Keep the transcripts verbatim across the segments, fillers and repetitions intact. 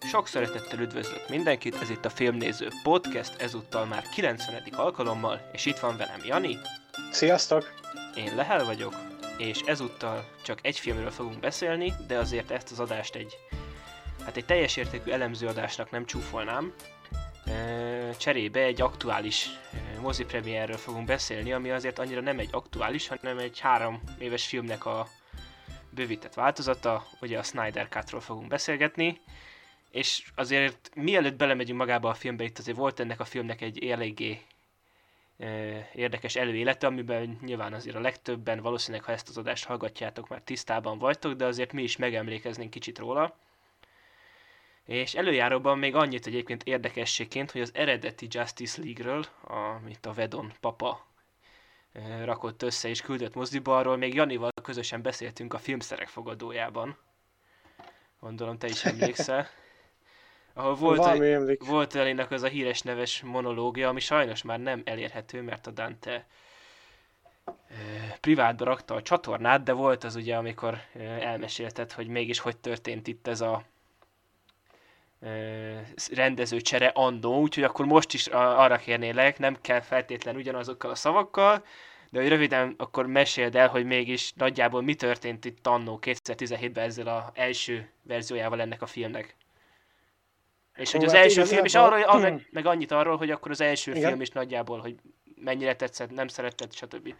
Sok szeretettel üdvözlök mindenkit, ez itt a Filmnéző Podcast, ezúttal már kilencvenedik alkalommal, és itt van velem Jani. Sziasztok! Én Lehel vagyok, és ezúttal csak egy filmről fogunk beszélni, de azért ezt az adást egy, hát egy teljes értékű elemzőadásnak nem csúfolnám. Cserébe egy aktuális mozipremierről fogunk beszélni, ami azért annyira nem egy aktuális, hanem egy három éves filmnek a bővített változata, ugye a Snyder Cut-ról fogunk beszélgetni. És azért mielőtt belemegyünk magába a filmbe, itt azért volt ennek a filmnek egy eléggé e, érdekes előélete, amiben nyilván azért a legtöbben, valószínűleg ha ezt az adást hallgatjátok, már tisztában vagytok, de azért mi is megemlékeznénk kicsit róla. És előjáróban még annyit egyébként érdekességként, hogy az eredeti Justice League-ről, amit a Whedon papa e, rakott össze és küldött moziba, arról még Janival közösen beszéltünk a filmszerek fogadójában. Gondolom te is emlékszel. Ahol volt, volt elének az a híres neves monológia, ami sajnos már nem elérhető, mert a Dante e, privátba rakta a csatornát, de volt az ugye, amikor e, elmesélted, hogy mégis hogy történt itt ez a e, rendezőcsere annó, úgyhogy akkor most is a, arra kérnélek, nem kell feltétlen ugyanazokkal a szavakkal, de hogy röviden akkor meséld el, hogy mégis nagyjából mi történt itt annó kétezer-tizenhétben ezzel az első verziójával ennek a filmnek. És hogy az hát első film, és arról, meg, meg annyit arról, hogy akkor az első igen. film is nagyjából, hogy mennyire tetszett, nem szeretett, stb.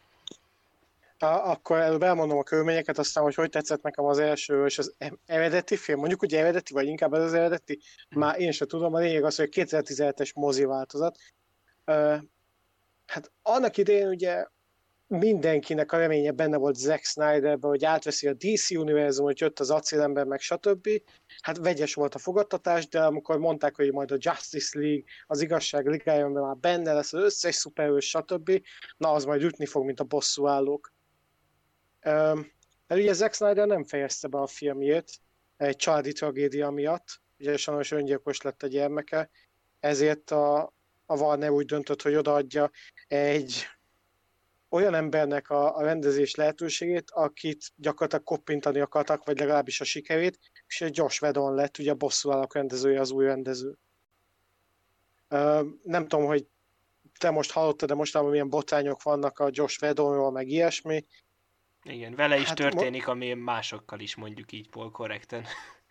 Akkor előbb elmondom a körülményeket, aztán, hogy hogy tetszett nekem az első, és az eredeti film, mondjuk ugye eredeti, vagy inkább az, az eredeti, már én sem tudom, a lényeg az, hogy kétezer-tizenhetes mozi változat. Hát annak idején ugye mindenkinek a reménye benne volt Zack Snyderben, hogy átveszi a dé cé univerzumot, jött az acélember, meg stb. Hát vegyes volt a fogadtatás, de amikor mondták, hogy majd a Justice League, az igazság ligájában már benne lesz az összes szuperhős, stb. Na, az majd ütni fog, mint a bosszúállók. De ugye Zack Snyder nem fejezte be a filmjét egy családi tragédia miatt, ugye sajnos öngyilkos lett a gyermeke, ezért a, a Warner úgy döntött, hogy odaadja egy olyan embernek a, a rendezés lehetőségét, akit gyakorlatilag koppintani akartak, vagy legalábbis a sikerét, és egy Joss Whedon lett, ugye a bosszúállók rendezője, az új rendező. Uh, nem tudom, hogy te most hallottad, de mostában milyen botrányok vannak a Joss Whedonról, meg ilyesmi. Igen, vele is hát, történik, mo- ami másokkal is, mondjuk így, Paul korrekten.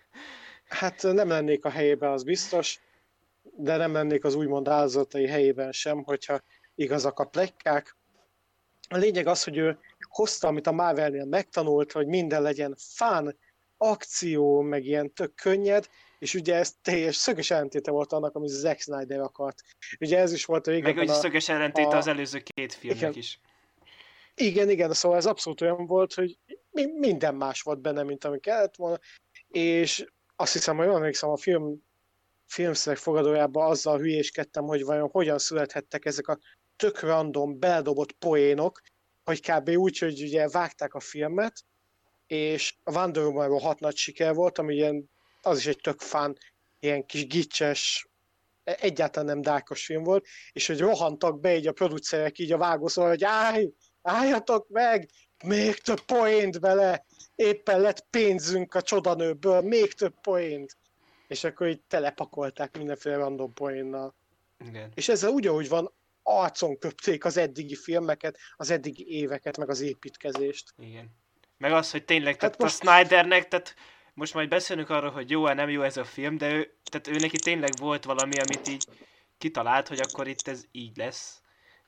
Hát nem lennék a helyében, az biztos, de nem lennék az úgymond áldozatai helyében sem, hogyha igazak a pletykák. A lényeg az, hogy ő hozta, amit a Marvelnél megtanult, hogy minden legyen fun, akció, meg ilyen tök könnyed, és ugye ez teljes szöges ellentéte volt annak, amit Zack Snyder akart. Ugye ez is volt a régebben meg a... szöges ellentéte a... az előző két filmnek igen. is. Igen, igen, szóval ez abszolút olyan volt, hogy minden más volt benne, mint ami kellett volna, és azt hiszem, hogy emlékszem a film, filmszerek fogadójában azzal hülyéskedtem, hogy vajon hogyan születhettek ezek a tök random, beledobott poénok, hogy kb. Úgy, hogy ugye vágták a filmet, és a Wonder Woman hat nagy siker volt, ami ilyen, az is egy tök fán, ilyen kis gicses, egyáltalán nem dárkos film volt, és hogy rohantak be így a producerek így a vágószóra, hogy állj, álljatok meg, még több poént bele, éppen lett pénzünk a csodanőből, még több poént. És akkor így telepakolták mindenféle random poénnal. Igen. És ezzel ugyanúgy van, arcon köpték az eddigi filmeket, az eddigi éveket, meg az építkezést. Igen. Meg az, hogy tényleg, hát tehát most... a Snydernek, tehát most majd beszélünk arról, hogy jó-e, nem jó ez a film, de ő, tehát ő neki tényleg volt valami, amit így kitalált, hogy akkor itt ez így lesz.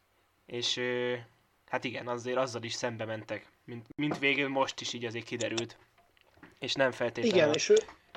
És ő, hát igen, azért azzal is szembe mentek, mint, mint végül most is így azért kiderült. És nem feltétlenül. Igen, a... és ő...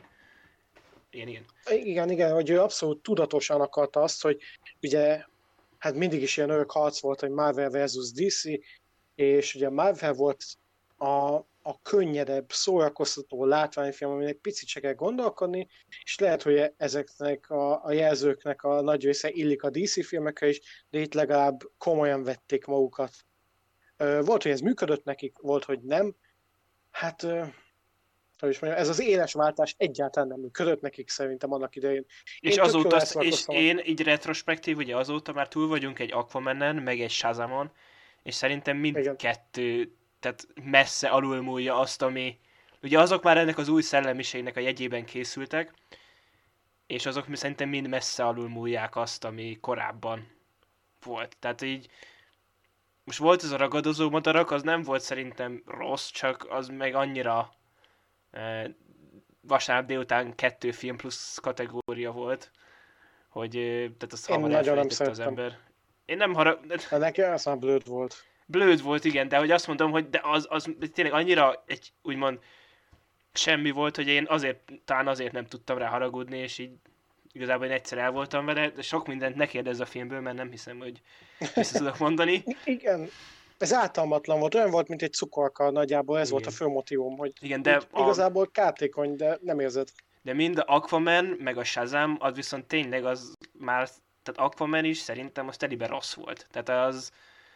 Igen, igen. Igen, igen, hogy ő abszolút tudatosan akarta azt, hogy ugye hát mindig is ilyen örök harc volt, hogy Marvel versus dé cé, és ugye Marvel volt a, a könnyedebb, szórakoztató látványfilm, aminek picit se kell gondolkodni, és lehet, hogy ezeknek a, a jelzőknek a nagy része illik a dé cé filmekre is, de itt legalább komolyan vették magukat. Volt, hogy ez működött nekik, volt, hogy nem. Hát, hogy is mondjam, ez az éles váltás egyáltalán nem működött nekik szerintem annak idején. És azóta, és én így retrospektív, ugye azóta már túl vagyunk egy Aquamanen, meg egy Shazamon, és szerintem mindkettő, tehát messze alulmúlja azt, ami... Ugye azok már ennek az új szellemiségnek a jegyében készültek, és azok mi szerintem mind messze alul múlják azt, ami korábban volt. Tehát így most volt ez a ragadozó madarak, az nem volt szerintem rossz, csak az meg annyira eh, vasárnap délután kettő film plusz kategória volt, hogy eh, tehát azt Én hamar nagyon nem elfelejtette az szerettem. ember. Én nem harag... De nekem az már blöd volt. Blöd volt, igen, de hogy azt mondom, hogy de az, az tényleg annyira egy úgymond semmi volt, hogy én azért, talán azért nem tudtam rá haragudni, és így igazából én egyszer el voltam vele, de sok mindent ne kérdezz a filmből, mert nem hiszem, hogy vissza tudok mondani. Igen, ez ártalmatlan volt, olyan volt, mint egy cukorka nagyjából, ez Igen. volt a fő motívum, hogy Igen, de, úgy a, igazából kártékony, de nem érzed. de mind a Aquaman, meg a Shazam, az viszont tényleg az már, tehát Aquaman is szerintem az telibe rossz volt. Tehát az,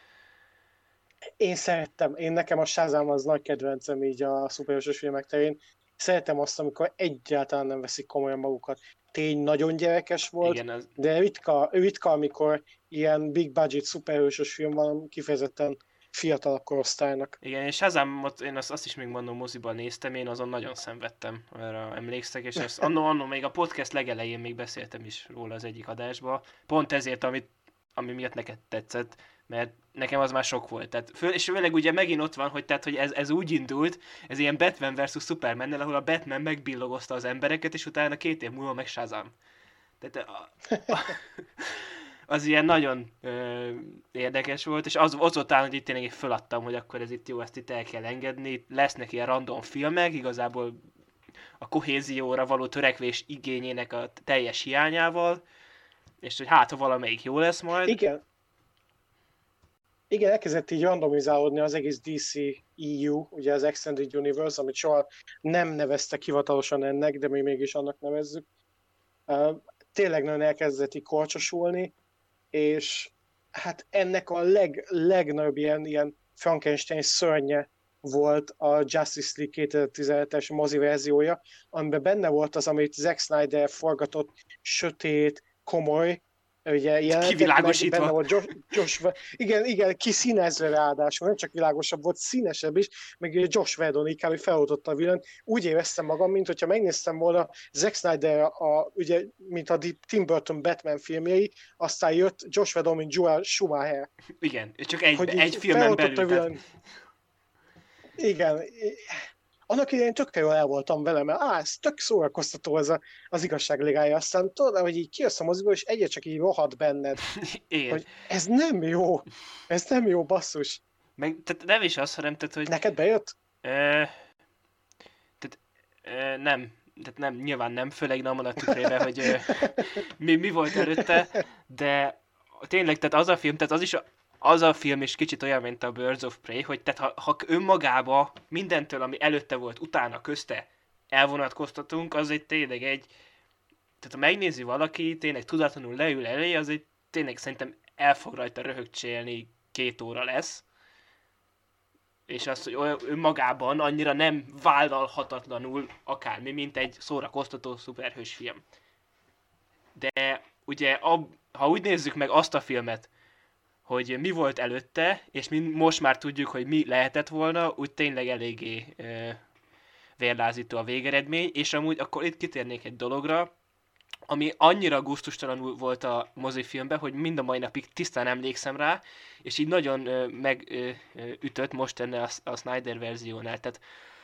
Én szerettem, én nekem a Shazam az nagy kedvencem így a szuperhősös filmek terén. Szeretem azt, amikor egyáltalán nem veszik komolyan magukat. Tény nagyon gyerekes volt, igen, az, de ritka, ritka, amikor ilyen big budget szuperhősös film van, kifejezetten fiatalabb korosztálynak. igen, és Shazamot, én azt, azt is még mondom, moziban néztem, én azon nagyon szenvedtem, arra emlékszek, és azt annó, annó még a podcast legelején még beszéltem is róla az egyik adásba. Pont ezért, amit, ami miatt neked tetszett, mert nekem az már sok volt. Tehát, föl, és főleg ugye megint ott van, hogy, tehát, hogy ez, ez úgy indult, ez ilyen Batman versus Superman-nel, ahol a Batman megbillogozta az embereket, és utána két év múlva meg Shazam. Tehát a, a, az ilyen nagyon ö, érdekes volt, és az, az volt talán, hogy itt tényleg így föladtam, hogy akkor ez itt jó, ezt itt el kell engedni. Lesznek ilyen random filmek, igazából a kohézióra való törekvés igényének a teljes hiányával, és hogy hát, ha valamelyik jó lesz majd. Igen. Igen, elkezdett így randomizálódni az egész dé cé é u, ugye az Extended Universe, amit soha nem neveztek hivatalosan ennek, de mi mégis annak nevezzük. Uh, tényleg nagyon elkezdett így korcsosulni, és hát ennek a leg, legnagyobb ilyen, ilyen Frankenstein szörnye volt a Justice League kétezer-tizenhetes mozi verziója, amiben benne volt az, amit Zack Snyder forgatott, sötét, komoly, ugye jelentek, Kivilágosítva. benne volt Josh, Josh, igen, igen, kiszínezve ráadásul, nem csak világosabb volt, színesebb is, meg Josh Whedon így kb. Feloltotta a villant. Úgy éreztem magam, mint hogyha megnéztem volna Zack Snyder, a, ugye, mint a Tim Burton Batman filmjei, aztán jött Josh Whedon, mint Joel Schumacher. Igen, csak egy, Hogy egy filmen belül. A villant. Igen, annak idején tök jól el voltam vele, mert á, ez tök szórakoztató ez a, az igazság ligája. Aztán tudod, hogy így kijössz a moziból, és egyet csak így rohadt benned. Igen. Hogy ez nem jó, ez nem jó, basszus. Meg, tehát nem is az, hanem tehát, hogy... Neked bejött? Ö, tehát ö, nem, tehát nem, nyilván nem, főleg nem a tükrébe, hogy ö, mi, mi volt előtte, de tényleg, tehát az a film, tehát az is a, az a film is kicsit olyan, mint a Birds of Prey, hogy tehát ha, ha önmagába mindentől, ami előtte volt, utána, közte elvonatkoztatunk, az egy tényleg egy, tehát ha megnézi valaki, tényleg tudatlanul leül elé, az egy tényleg szerintem el fog rajta röhögcsélni, két óra lesz. És az, hogy olyan önmagában annyira nem vállalhatatlanul akármi, mint egy szórakoztató szuperhős film. De ugye, ab, ha úgy nézzük meg azt a filmet, hogy mi volt előtte, és mi most már tudjuk, hogy mi lehetett volna, úgy tényleg eléggé ö, vérlázító a végeredmény, és amúgy akkor itt kitérnék egy dologra, ami annyira gusztustalanul volt a mozifilmben, hogy mind a mai napig tisztán emlékszem rá, és így nagyon ö, megütött most ennél a, a Snyder verziónál. Tehát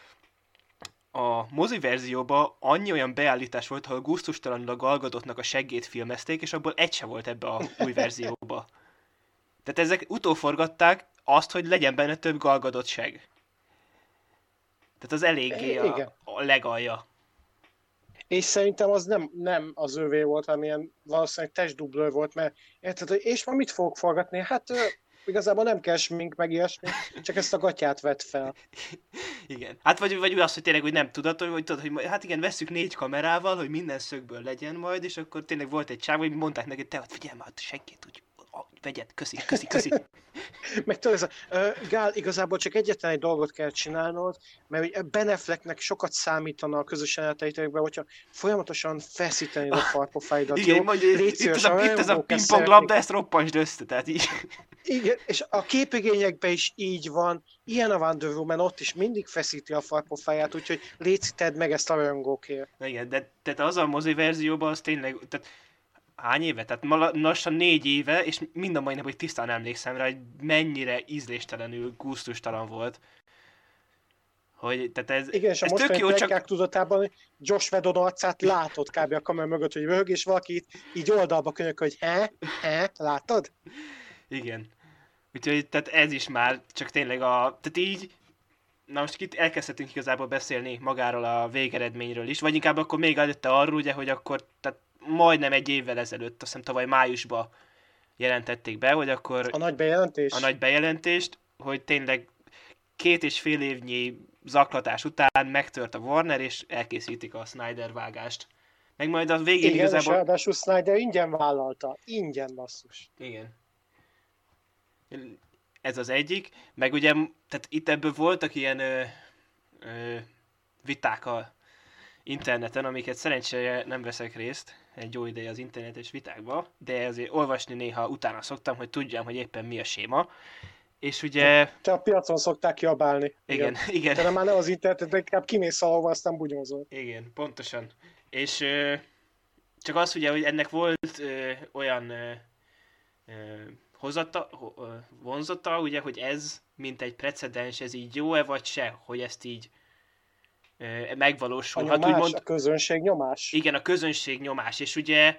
a mozi verzióban annyi olyan beállítás volt, ahol gusztustalanul a Gal Gadotnak a seggét filmezték, és abból egy se volt ebbe a új verzióba. Tehát ezek utóforgatták azt, hogy legyen benne több Gal Gadot seg. Tehát az eléggé a, a legalja. És szerintem az nem, nem az övé volt, hanem ilyen valószínűleg testdublőr volt, mert érted, hogy és ma mit fogok forgatni? Hát ö, igazából nem kell smink, meg ilyesmi, csak ezt a gatyát vett fel. Igen. Hát vagy, vagy az, hogy tényleg, hogy nem tudatos, hogy tudod, hogy hát igen, vesszük négy kamerával, hogy minden szögből legyen majd, és akkor tényleg volt egy csáv, hogy mondták neki, te figyelj már, senkit úgy vegyed, köszi, köszi, köszi. Meg tudod, ez a, uh, Gál, igazából csak egyetlen egy dolgot kell csinálnod, mert ugye Ben Afflecknek sokat számítana a közös jeleneteitekben, hogyha folyamatosan feszíteni a farpofáidat, igen, jó? mondja, itt, ez a, itt ez a pingpong labda, ezt roppansd össze, tehát így. Igen, és a képigényekben is így van, ilyen a Wonder Woman, ott is mindig feszíti a farpofáját, úgyhogy légy tedd meg ezt a rajongókért. Igen, de tehát az a mozi verzióban az tényleg, tehát hány éve? Tehát ma lassan négy éve, és mind a mai nap, hogy tisztán emlékszem rá, hogy mennyire ízléstelenül, gusztustalan volt. Hogy, tehát ez, igen, és a ez mostani tök jó, csak... tudatában Josh Whedon arcát látod kb. A kamera mögött, hogy röhög, és valaki így oldalba könyök, hogy he, he, látod? Igen. Úgyhogy tehát ez is már csak tényleg a... Tehát így... Na most itt elkezdhetünk igazából beszélni magáról a végeredményről is, vagy inkább akkor még előtte arról, ugye, hogy akkor tehát majdnem egy évvel ezelőtt, azt hiszem tavaly májusban jelentették be, hogy akkor... A nagy bejelentés? A nagy bejelentést, hogy tényleg két és fél évnyi zaklatás után megtört a Warner, és elkészítik a Snyder vágást. Meg majd a végén igen, igazából... Igen, és ráadásul Snyder ingyen vállalta. Ingyen, basszus. Igen. Ez az egyik. Meg ugye, tehát itt ebből voltak ilyen ö, ö, viták a interneten, amiket szerencsére nem veszek részt egy jó ideje az internetes vitákba, de azért olvasni néha utána szoktam, hogy tudjam, hogy éppen mi a séma. És ugye... Te a piacon szokták kiabálni. Igen, igen. igen. De nem már ne az internetet, de inkább kimész valahova, aztán bugyózol. Igen, pontosan. És ö, csak az ugye, hogy ennek volt ö, olyan ö, ö, hozata, ho, ö, vonzata, ugye, hogy ez, mint egy precedens, ez így jó-e vagy se, hogy ezt így ö, megvalósul. A nyomás, hát, úgymond, a közönség nyomás. Igen, a közönség nyomás, és ugye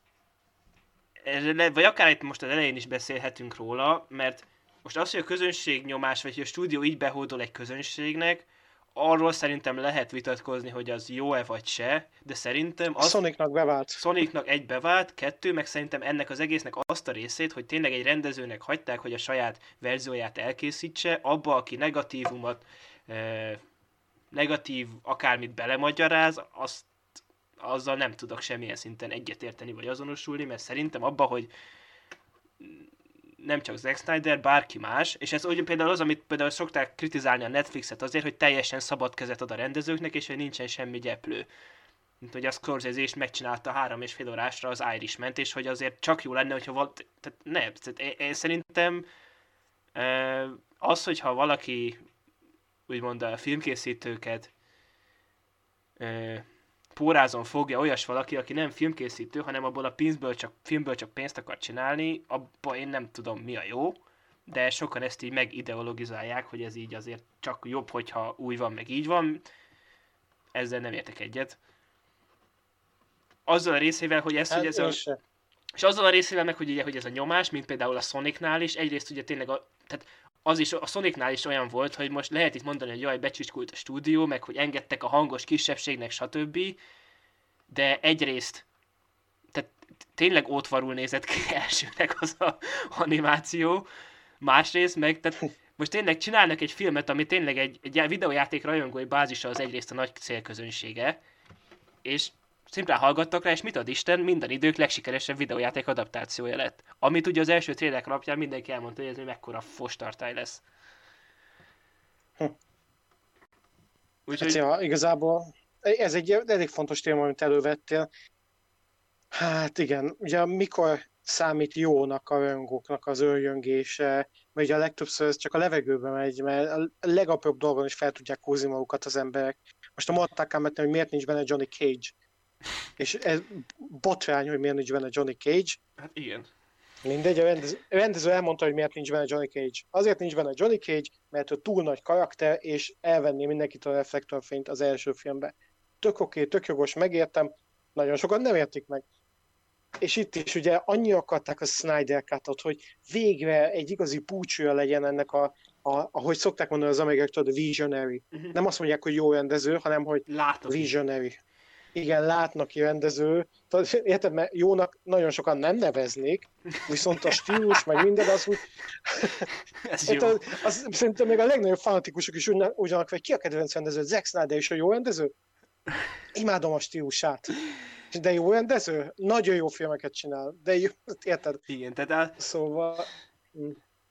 vagy akár itt most az elején is beszélhetünk róla, mert most az, hogy a közönség nyomás, vagy hogy a stúdió így behódol egy közönségnek, arról szerintem lehet vitatkozni, hogy az jó-e vagy se, de szerintem az... Sonicnak bevált. Sonicnak egy bevált, kettő, meg szerintem ennek az egésznek azt a részét, hogy tényleg egy rendezőnek hagyták, hogy a saját verzióját elkészítse, abba, aki negatívumot, eh, negatív akármit belemagyaráz, azt azzal nem tudok semmilyen szinten egyetérteni vagy azonosulni, mert szerintem abba, hogy nem csak Zack Snyder, bárki más, és ez úgy például az, amit például szokták kritizálni a Netflixet azért, hogy teljesen szabad kezet ad a rendezőknek, és hogy nincsen semmi gyeplő. Mint hogy a Scorsese is megcsinálta három és fél órásra az Irishman-t, és hogy azért csak jó lenne, hogyha val... Tehát nem, tehát én szerintem az, hogyha valaki úgymond a filmkészítőket pórázon fogja olyas valaki, aki nem filmkészítő, hanem abból a pénzből csak, filmből csak pénzt akar csinálni, abban én nem tudom mi a jó, de sokan ezt így megideologizálják, hogy ez így azért csak jobb, hogyha úgy van, meg így van. Ezzel nem értek egyet. Azzal a részével, hogy ez, hát hogy ez a... Se. És azzal a részével meg, hogy, ugye, hogy ez a nyomás, mint például a Sonicnál is, egyrészt ugye tényleg a... Tehát az is, a Sonicnál is olyan volt, hogy most lehet itt mondani, hogy jaj, becsücskult a stúdió, meg hogy engedtek a hangos kisebbségnek, stb. De egyrészt, tehát tényleg ótvarul nézett ki elsőnek az a animáció, másrészt meg, tehát most tényleg csinálnak egy filmet, ami tényleg egy, egy videójáték rajongói bázisa az egyrészt a nagy célközönsége, és szimplán hallgattak rá, és mit ad Isten, minden idők legsikeresebb videójáték adaptációja lett. Amit ugye az első trailer alapján mindenki elmondta, hogy ez mekkora fostartály lesz. Hm. Úgyhogy... Hát, igazából ez egy elég fontos téma, amit elővettél. Hát igen, ugye mikor számít jónak a rajongóknak az őrjöngése, mert ugye a legtöbbször ez csak a levegőbe megy, mert a legapróbb dolgon is fel tudják húzni magukat az emberek. Most a Mortal Kombatnél, hogy miért nincs benne Johnny Cage. És ez botrány, hogy miért nincs benne Johnny Cage. Hát igen. Mindegy, a rendező, a rendező elmondta, hogy miért nincs benne Johnny Cage. Azért nincs benne Johnny Cage, mert ő túl nagy karakter, és elvenné mindenkitől a reflektorfényt az első filmbe. Tök oké, okay, tök jogos, megértem, nagyon sokan nem értik meg. És itt is ugye annyi akarták a Snyder Cut-ot, hogy végre egy igazi púcsúja legyen ennek a, a ahogy szokták mondani az amerikai, a visionary. Uh-huh. Nem azt mondják, hogy jó rendező, hanem hogy Látom. Visionary. Igen, látnak ki rendező. Érted, mert jónak nagyon sokan nem neveznék, viszont a stílus, meg minden az úgy... Ez jó. Az, az, szerintem még a legnagyobb fanatikusok is ugyanak, hogy ki a kedvenc rendező? Zack Snyder is a jó rendező? Imádom a stílusát. De jó rendező? Nagyon jó filmeket csinál, de jó, érted? Igen, tehát a... Szóval... mm.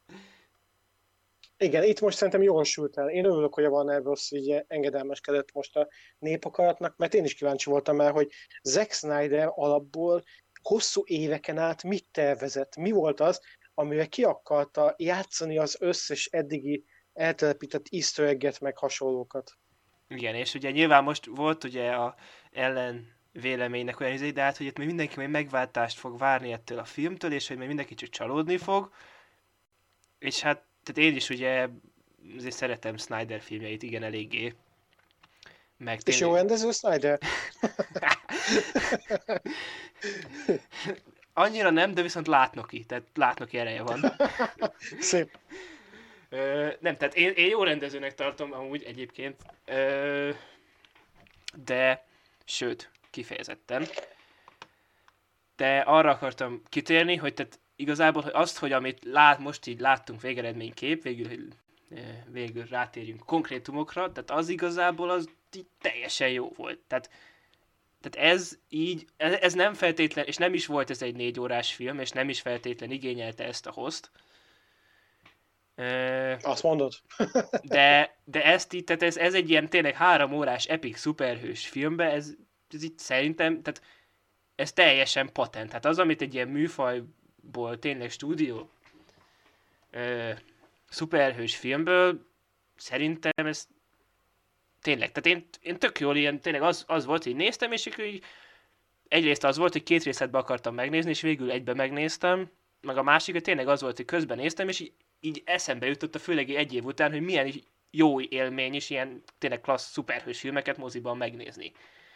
Igen, itt most szerintem jól sült el. Én örülök, hogy a Warner Bros. Így engedelmeskedett most a népakaratnak, mert én is kíváncsi voltam el, hogy Zack Snyder alapból hosszú éveken át mit tervezett, mi volt az, amivel ki akarta játszani az összes eddigi eltelepített easter egget meg hasonlókat. Igen, és ugye nyilván most volt ugye a ellen véleménynek olyan izé, de hát, hogy itt még mindenki még megváltást fog várni ettől a filmtől, és hogy még mindenki csak csalódni fog, és hát, tehát én is ugye azért szeretem Snyder filmjeit, igen, eléggé. Meg És jó rendező Snyder? Annyira nem, de viszont látnoki, tehát látnoki ereje van. Szép. Ö, nem, tehát én, én jó rendezőnek tartom amúgy egyébként, Ö, de sőt, kifejezetten. De arra akartam kitérni, hogy tehát igazából hogy azt, hogy amit lát, most így láttunk végeredménykép, végül, hogy végül rátérjünk konkrétumokra, tehát az igazából az így teljesen jó volt. Tehát, tehát ez így, ez, ez nem feltétlen, és nem is volt ez egy négy órás film, és nem is feltétlen igényelte ezt a host. Azt mondod? de, de ezt így, tehát ez, ez egy ilyen tényleg három órás epic szuperhős filmbe, ez, ez itt szerintem, tehát ez teljesen patent. Hát az, amit egy ilyen műfajból, tényleg stúdió ö, szuperhős filmből, szerintem ez tényleg, tehát én, én tök jól ilyen, tényleg az, az volt, hogy néztem, és így egyrészt az volt, hogy két részletbe akartam megnézni, és végül egybe megnéztem, meg a másik, hogy tényleg az volt, hogy közben néztem, és így, így eszembe jutott a főleg egy év után, hogy milyen jó élmény is ilyen tényleg klassz szuperhős filmeket moziban megnézni.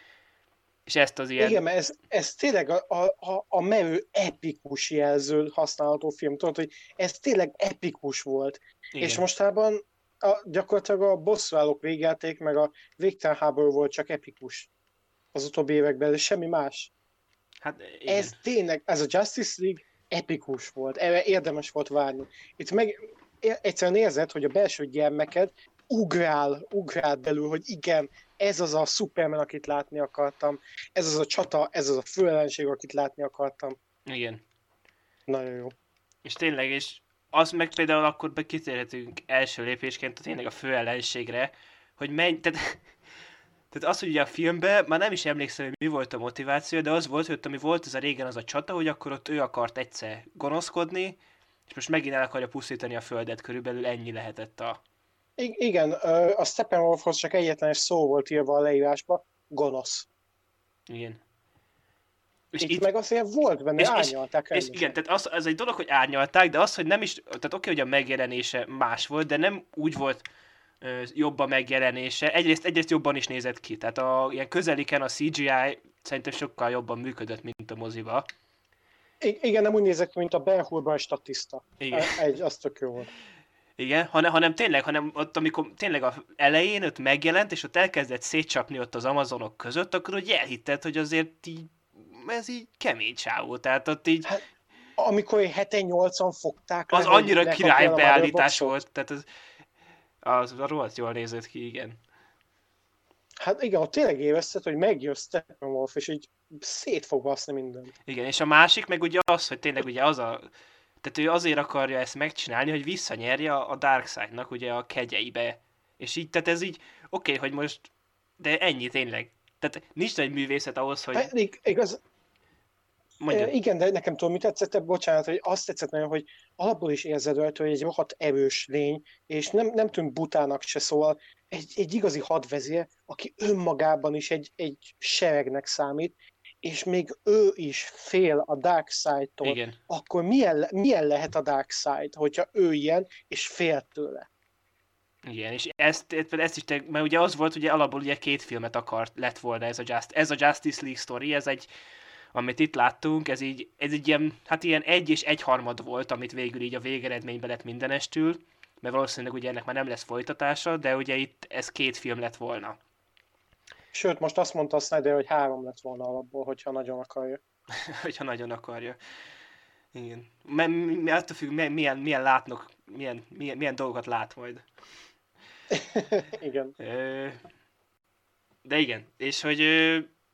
És ezt az ilyen... Igen, mert ez, ez tényleg a, a, a merő epikus jelző használható film, tudod, hogy ez tényleg epikus volt. Igen. És mostában a, gyakorlatilag a bosszúállók végjáték, meg a végtelen háború volt csak epikus az utóbbi években, de semmi más. Hát, igen. Ez tényleg, ez a Justice League epikus volt, erre érdemes volt várni. Itt meg egyszerűen érzed, hogy a belső gyermeked ugrál, ugrál belül, hogy igen, ez az a Superman, akit látni akartam, ez az a csata, ez az a főellenség, akit látni akartam. Igen. Nagyon jó. És tényleg, és az meg például akkor be kitérhetünk első lépésként tényleg a főellenségre, hogy menj, tehát, tehát az, hogy ugye a filmben, már nem is emlékszem, hogy mi volt a motiváció, de az volt, hogy ami volt ez a régen az a csata, hogy akkor ott ő akart egyszer gonoszkodni, és most megint el akarja pusztítani a földet, körülbelül ennyi lehetett a... I- igen, a Steppenwolfhoz csak egyetlen szó volt írva a leírásba, gonosz. Igen. És itt, itt meg azért volt benne, és, árnyalták és, és igen, tehát az, az egy dolog, hogy árnyalták, de az, hogy nem is, tehát oké, hogy a megjelenése más volt, de nem úgy volt ö, jobb a megjelenése. Egyrészt, egyrészt jobban is nézett ki, tehát a ilyen közeliken a cé gé í szerintem sokkal jobban működött, mint a moziba. I- igen, nem úgy nézett ki, mint a Ben Hurban statiszta. Igen. Egy, az tök jó volt. Igen, hanem, hanem tényleg, hanem ott, amikor tényleg a elején ott megjelent, és ott elkezdett szétcsapni ott az Amazonok között, akkor hogy elhitted, hogy azért így, ez így kemény csávó, tehát ott így... Hát, amikor heten-nyolcan fogták az le, annyira király beállítás volt, tehát az, az, az rohadt jól nézett ki, igen. Hát igen, ott tényleg érezted, hogy megjön Steppenwolf, és így szét fog baszni mindent. Igen, és a másik meg ugye az, hogy tényleg ugye az a... Tehát ő azért akarja ezt megcsinálni, hogy visszanyerje a Darkseidnak ugye a kegyeibe. És így, tehát ez így, oké, okay, hogy most... De ennyi tényleg. Tehát nincs egy művészet ahhoz, hogy... Hát, igaz, Mondjad. Igen, de nekem tudom, mi tetszett, bocsánat, hogy azt tetszett nagyon, hogy alapból is érzed rajta, hogy egy rohadt erős lény, és nem, nem tűnt butának se, szóval egy, egy igazi hadvezér, aki önmagában is egy, egy seregnek számít, és még ő is fél a Darkseid-tól, Igen. akkor milyen, milyen lehet a Darkseid, hogyha ő ilyen, és fél tőle? Igen, és ezt, ezt is, te, mert ugye az volt, ugye alapból ugye két filmet akart, lett volna ez a, Just, ez a Justice League story, ez egy, amit itt láttunk, ez így, ez egy ilyen, hát ilyen egy és egy harmad volt, amit végül így a végeredményben lett mindenestül, mert valószínűleg ugye ennek már nem lesz folytatása, de ugye itt ez két film lett volna. Sőt, most azt mondta a Snyder, hogy három lett volna alapból, hogyha nagyon akarja. hogyha nagyon akarja. Igen. M- mi, attól függ, milyen, milyen látnok, milyen, milyen, milyen dolgokat lát majd. Igen. De igen, és hogy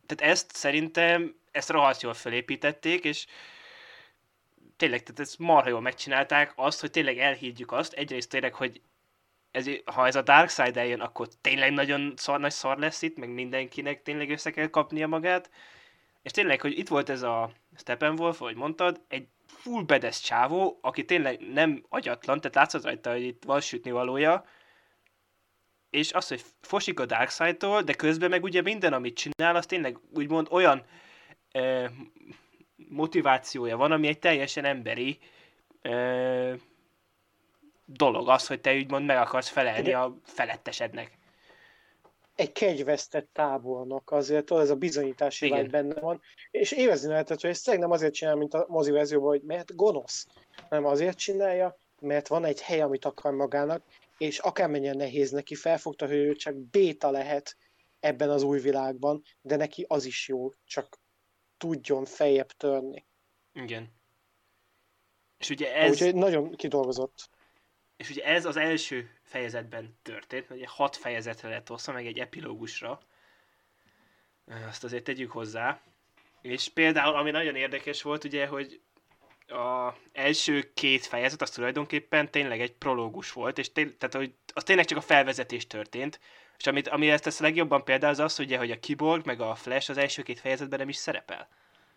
tehát ezt szerintem, ezt rohadt jól felépítették, és tényleg, tehát ezt marha jól megcsinálták, azt, hogy tényleg elhiggyük azt, egyrészt tényleg, hogy ez, ha ez a Darkseid eljön, akkor tényleg nagyon szar, nagy szar lesz itt, meg mindenkinek tényleg össze kell kapnia magát, és tényleg, hogy itt volt ez a Steppenwolf, ahogy mondtad, egy full bedes csávó, aki tényleg nem agyatlan, tehát látszott rajta, hogy itt van sütni valója, és az, hogy fosik a Darkseid-tól, de közben meg ugye minden, amit csinál, az tényleg úgymond olyan eh, motivációja van, ami egy teljesen emberi eh, dolog, az, hogy te úgymond meg akarsz felelni De a felettesednek. egy kegyvesztett tábornok, azért az a bizonyítási vágy Igen, benne van, és érezni lehetett, hogy ezt tényleg nem azért csinál, mint a mozi verzióban, hogy mert gonosz, hanem azért csinálja, mert van egy hely, amit akar magának, és akármennyien nehéz neki, felfogta, hogy ő csak béta lehet ebben az új világban, de neki az is jó, csak tudjon feljebb törni. igen. És ugye ez, Úgyhogy nagyon kidolgozott. és ugye ez az első fejezetben történt, ugye hat fejezetre lett hossza, meg egy epilógusra. Azt azért tegyük hozzá. És például, ami nagyon érdekes volt, ugye, hogy a első két fejezet az tulajdonképpen tényleg egy prológus volt, és tény, tehát, hogy az tényleg csak a felvezetés történt, és amit, ami ezt ezt legjobban például az az, ugye, hogy a Cyborg meg a Flash az első két fejezetben nem is szerepel.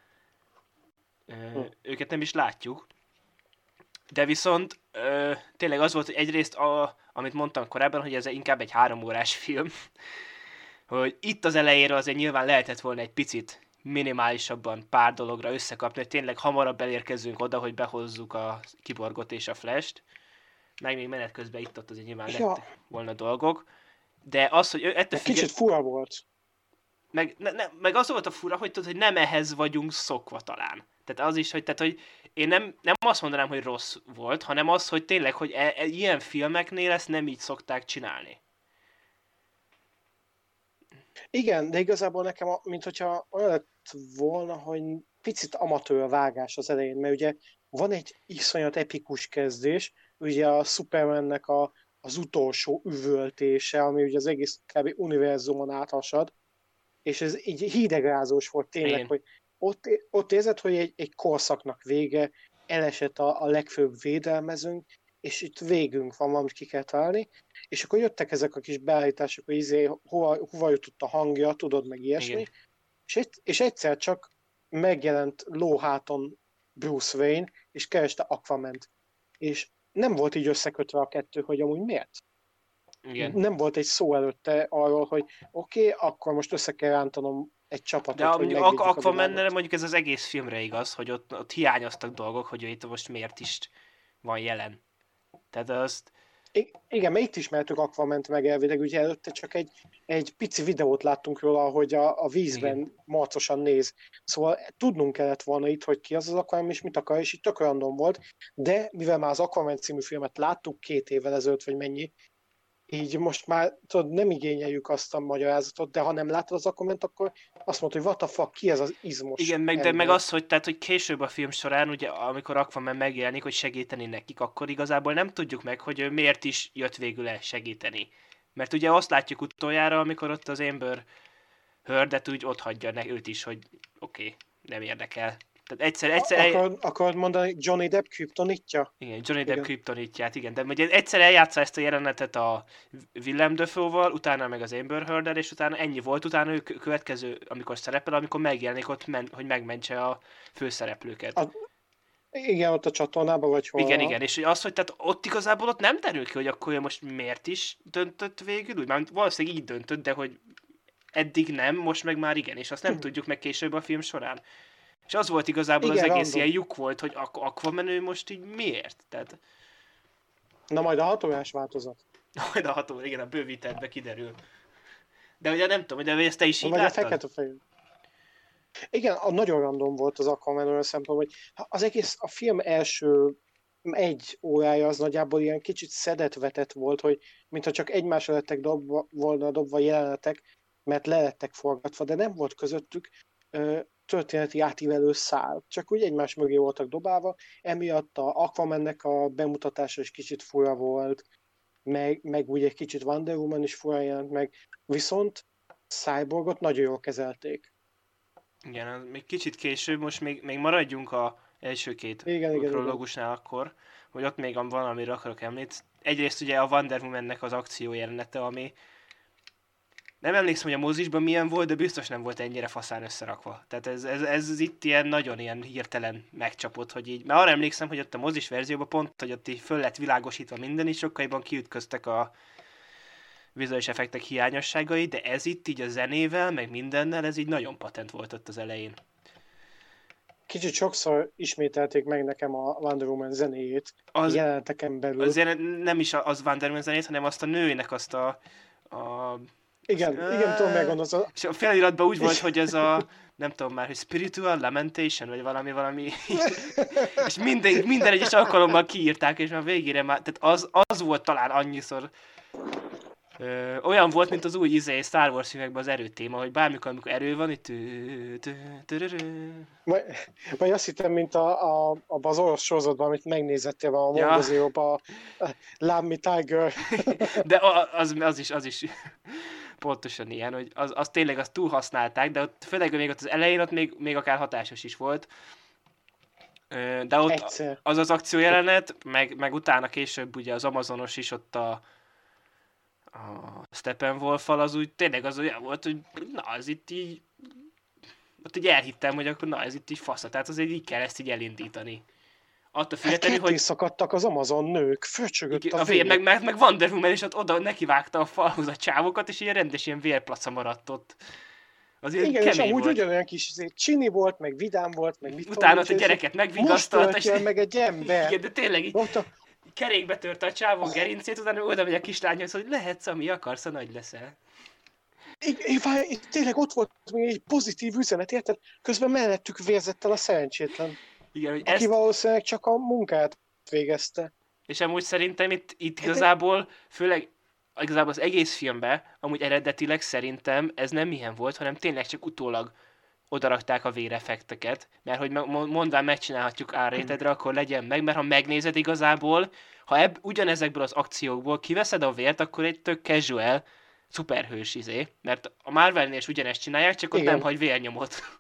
Ö, őket nem is látjuk. De viszont ö, tényleg az volt, hogy egyrészt, a, amit mondtam korábban, hogy ez inkább egy három órás film, hogy itt az elejére azért nyilván lehetett volna egy picit minimálisabban pár dologra összekapni, hogy tényleg hamarabb elérkezzünk oda, hogy behozzuk a Kiborgot és a Flash-t, meg még menet közben itt-ott azért nyilván Ja, lett volna dolgok, de az, hogy ettől egy függetlenül, kicsit fura volt. meg, ne, ne, meg az volt a fura, hogy tudod, hogy nem ehhez vagyunk szokva talán. Tehát az is, hogy, tehát, hogy én nem, nem azt mondanám, hogy rossz volt, hanem az, hogy tényleg, hogy e, e, ilyen filmeknél ezt nem így szokták csinálni. Igen, de igazából nekem, a- mint hogyha olyan lett volna, hogy picit amatőr vágás az elején, mert ugye van egy iszonyat epikus kezdés, ugye a Supermannek a, az utolsó üvöltése, ami ugye az egész kb. Univerzumon áthasad, és ez így hidegrázós volt tényleg, Igen, hogy ott, ott érzed, hogy egy, egy korszaknak vége, elesett a, a legfőbb védelmezőnk, és itt végünk van, valamit ki kell találni, és akkor jöttek ezek a kis beállítások, hogy izé, hova, hova jutott a hangja, tudod, meg ilyesmi, igen. és, egy, és egyszer csak megjelent lóháton Bruce Wayne, és kereste Aquament. És nem volt így összekötve a kettő, hogy amúgy miért. Igen. Nem volt egy szó előtte arról, hogy oké, okay, akkor most össze kell rántanom egy De csapatot, a, hogy mondjuk megvédjük Ak- a Aquamannel világot. mondjuk ez az egész filmre igaz, hogy ott, ott hiányoztak dolgok, hogy ő itt most miért is van jelen. Tehát azt, I- igen, mert itt ismertük Aquament meg elvileg, ugye előtte csak egy, egy pici videót láttunk róla, hogy a, a vízben igen, marcosan néz. Szóval tudnunk kellett volna itt, hogy ki az az Aquaman és mit akar, és itt tök random volt, de mivel már az Aquaman című filmet láttuk két évvel ezelőtt, vagy mennyi, így most már tudod, nem igényeljük azt a magyarázatot, de ha nem látod az Aquament, akkor azt mondod, hogy what the fuck, ki ez az izmos igen, meg, de meg ember. az, hogy, tehát, hogy később a film során, ugye, amikor Aquaman megjelenik, hogy segíteni nekik, akkor igazából nem tudjuk meg, hogy ő miért is jött végül el segíteni. Mert ugye azt látjuk utoljára, amikor ott az Amber Heardet úgy ott hagyja ne, őt is, hogy oké, okay, nem érdekel. Tehát egyszer, egyszer, el, Akarod, akarod mondani Johnny Depp kryptonitja? igen, Johnny Depp Igen. kryptonitját, igen, de ugye egyszer eljátsza ezt a jelenetet a Willem Dafoe-val, utána meg az Amber Heard-el, és utána ennyi volt, utána ő kö- következő, amikor szerepel, amikor megjelenik ott, men, hogy megmentse a főszereplőket. A, igen, ott a csatornában, vagy hol. Igen, igen, és hogy az, hogy tehát ott igazából ott nem derül ki, hogy akkor ő most miért is döntött végül, úgy, már valószínűleg így döntött, de hogy eddig nem, most meg már igen, és azt nem tudjuk meg később a film során. És az volt igazából Igen, az egész random. ilyen lyuk volt, hogy Ak- Aquaman ő most így miért? Tehát Na majd a hat órás változat. majd a ható, igen, a bővítettbe kiderül. De ugye nem tudom, de ezt te is így Vagy a láttad? fekete fejű. Igen, a nagyon random volt az Aquaman olyan szempontból, hogy az egész, a film első egy órája az nagyjából ilyen kicsit szedett-vetett volt, hogy mintha csak egymásra lettek dobva, volna dobva jelenetek, mert le lettek forgatva, de nem volt közöttük ö, történeti átívelő szál, csak úgy egymás mögé voltak dobálva, emiatt a Aquamannek a bemutatása is kicsit fura volt, meg, meg úgy egy kicsit Wonder Woman is fura jelent meg, viszont Cyborgot nagyon jól kezelték. Igen, az még kicsit később, most még, még maradjunk a első két Igen, igen, igen. prológusnál akkor, hogy ott még van, amire akarok említeni. Egyrészt ugye a Wonder Woman-nek az akció jelenete, ami nem emlékszem, hogy a mozisban milyen volt, de biztos nem volt ennyire faszán összerakva. Tehát ez, ez, ez itt ilyen nagyon ilyen hirtelen megcsapott, hogy így, mert arra emlékszem, hogy ott a mozis verzióban pont, hogy ott így föl lett világosítva minden, és sokkal jobban kiütköztek a vizuális effektek hiányosságai, de ez itt így a zenével, meg mindennel, ez így nagyon patent volt ott az elején. Kicsit sokszor ismételték meg nekem a Wonder Woman zenéjét Az, jeleneteken belül. az nem is az Wonder Woman zenét, hanem azt a nőnek azt a... a igen, azt, igen, tudom meggondolsz. A... És a feliratban úgy volt, hogy ez a... Nem tudom már, hogy Spiritual Lamentation, vagy valami, valami... és minden, minden egyes alkalommal kiírták, és már végére már... Tehát az, az volt talán annyiszor... Ö, olyan volt, mint az új izé Star Wars filmekben az erőtéma, hogy bármikor, amikor erő van, itt... Vagy, vagy azt hittem, mint a, a, abban az orosz sorozatban, amit megnézettél a Ja. Mongolióban, a Love Me Tiger. De az, az, is, az is pontosan ilyen, hogy az, az tényleg azt túlhasználták, de ott, főleg még ott az elején ott még, még akár hatásos is volt. De ott Egyszer. az az akciójelenet, meg, meg utána később ugye az Amazonos is ott a, a Steppenwolf-fal, az úgy tényleg az olyan volt, hogy na, az itt így ott így elhittem, hogy akkor na, ez itt így fasza, tehát azért így kell ezt így elindítani. Attól függetlenül, hát hogy... szakadtak az Amazon nők, fröcsögött a, a vér. vér. Meg, meg Wonder Woman is ott oda nekivágta a falhoz a csávokat, és ilyen rendes ilyen vérplaca maradt ott. Azért igen, és amúgy volt. Ugyanolyan kis csini volt, meg vidám volt, meg mit utána a gyereket megvigasztalt. Most és... meg egy ember. Igen, de tényleg így a... kerékbe törte a csávon gerincét, utána oda megy a kislányhoz, hogy lehetsz, ami akarsz, a nagy leszel. Én, én, tényleg ott volt még egy pozitív üzenet, érted? Közben mellettük vérzett el a szerencsétlen. Igen, hogy aki ezt... valószínűleg csak a munkát végezte. És amúgy szerintem itt, itt igazából, főleg igazából az egész filmben, amúgy eredetileg szerintem ez nem ilyen volt, hanem tényleg csak utólag odarakták a véreffekteket, mert hogy mondván megcsinálhatjuk R-ratedre, akkor legyen meg, mert ha megnézed igazából, ha ebb, ugyanezekből az akciókból kiveszed a vért, akkor egy tök casual, szuperhős izé, mert a Marvelnél is ugyanezt csinálják, csak ott igen. nem hagy vérnyomot.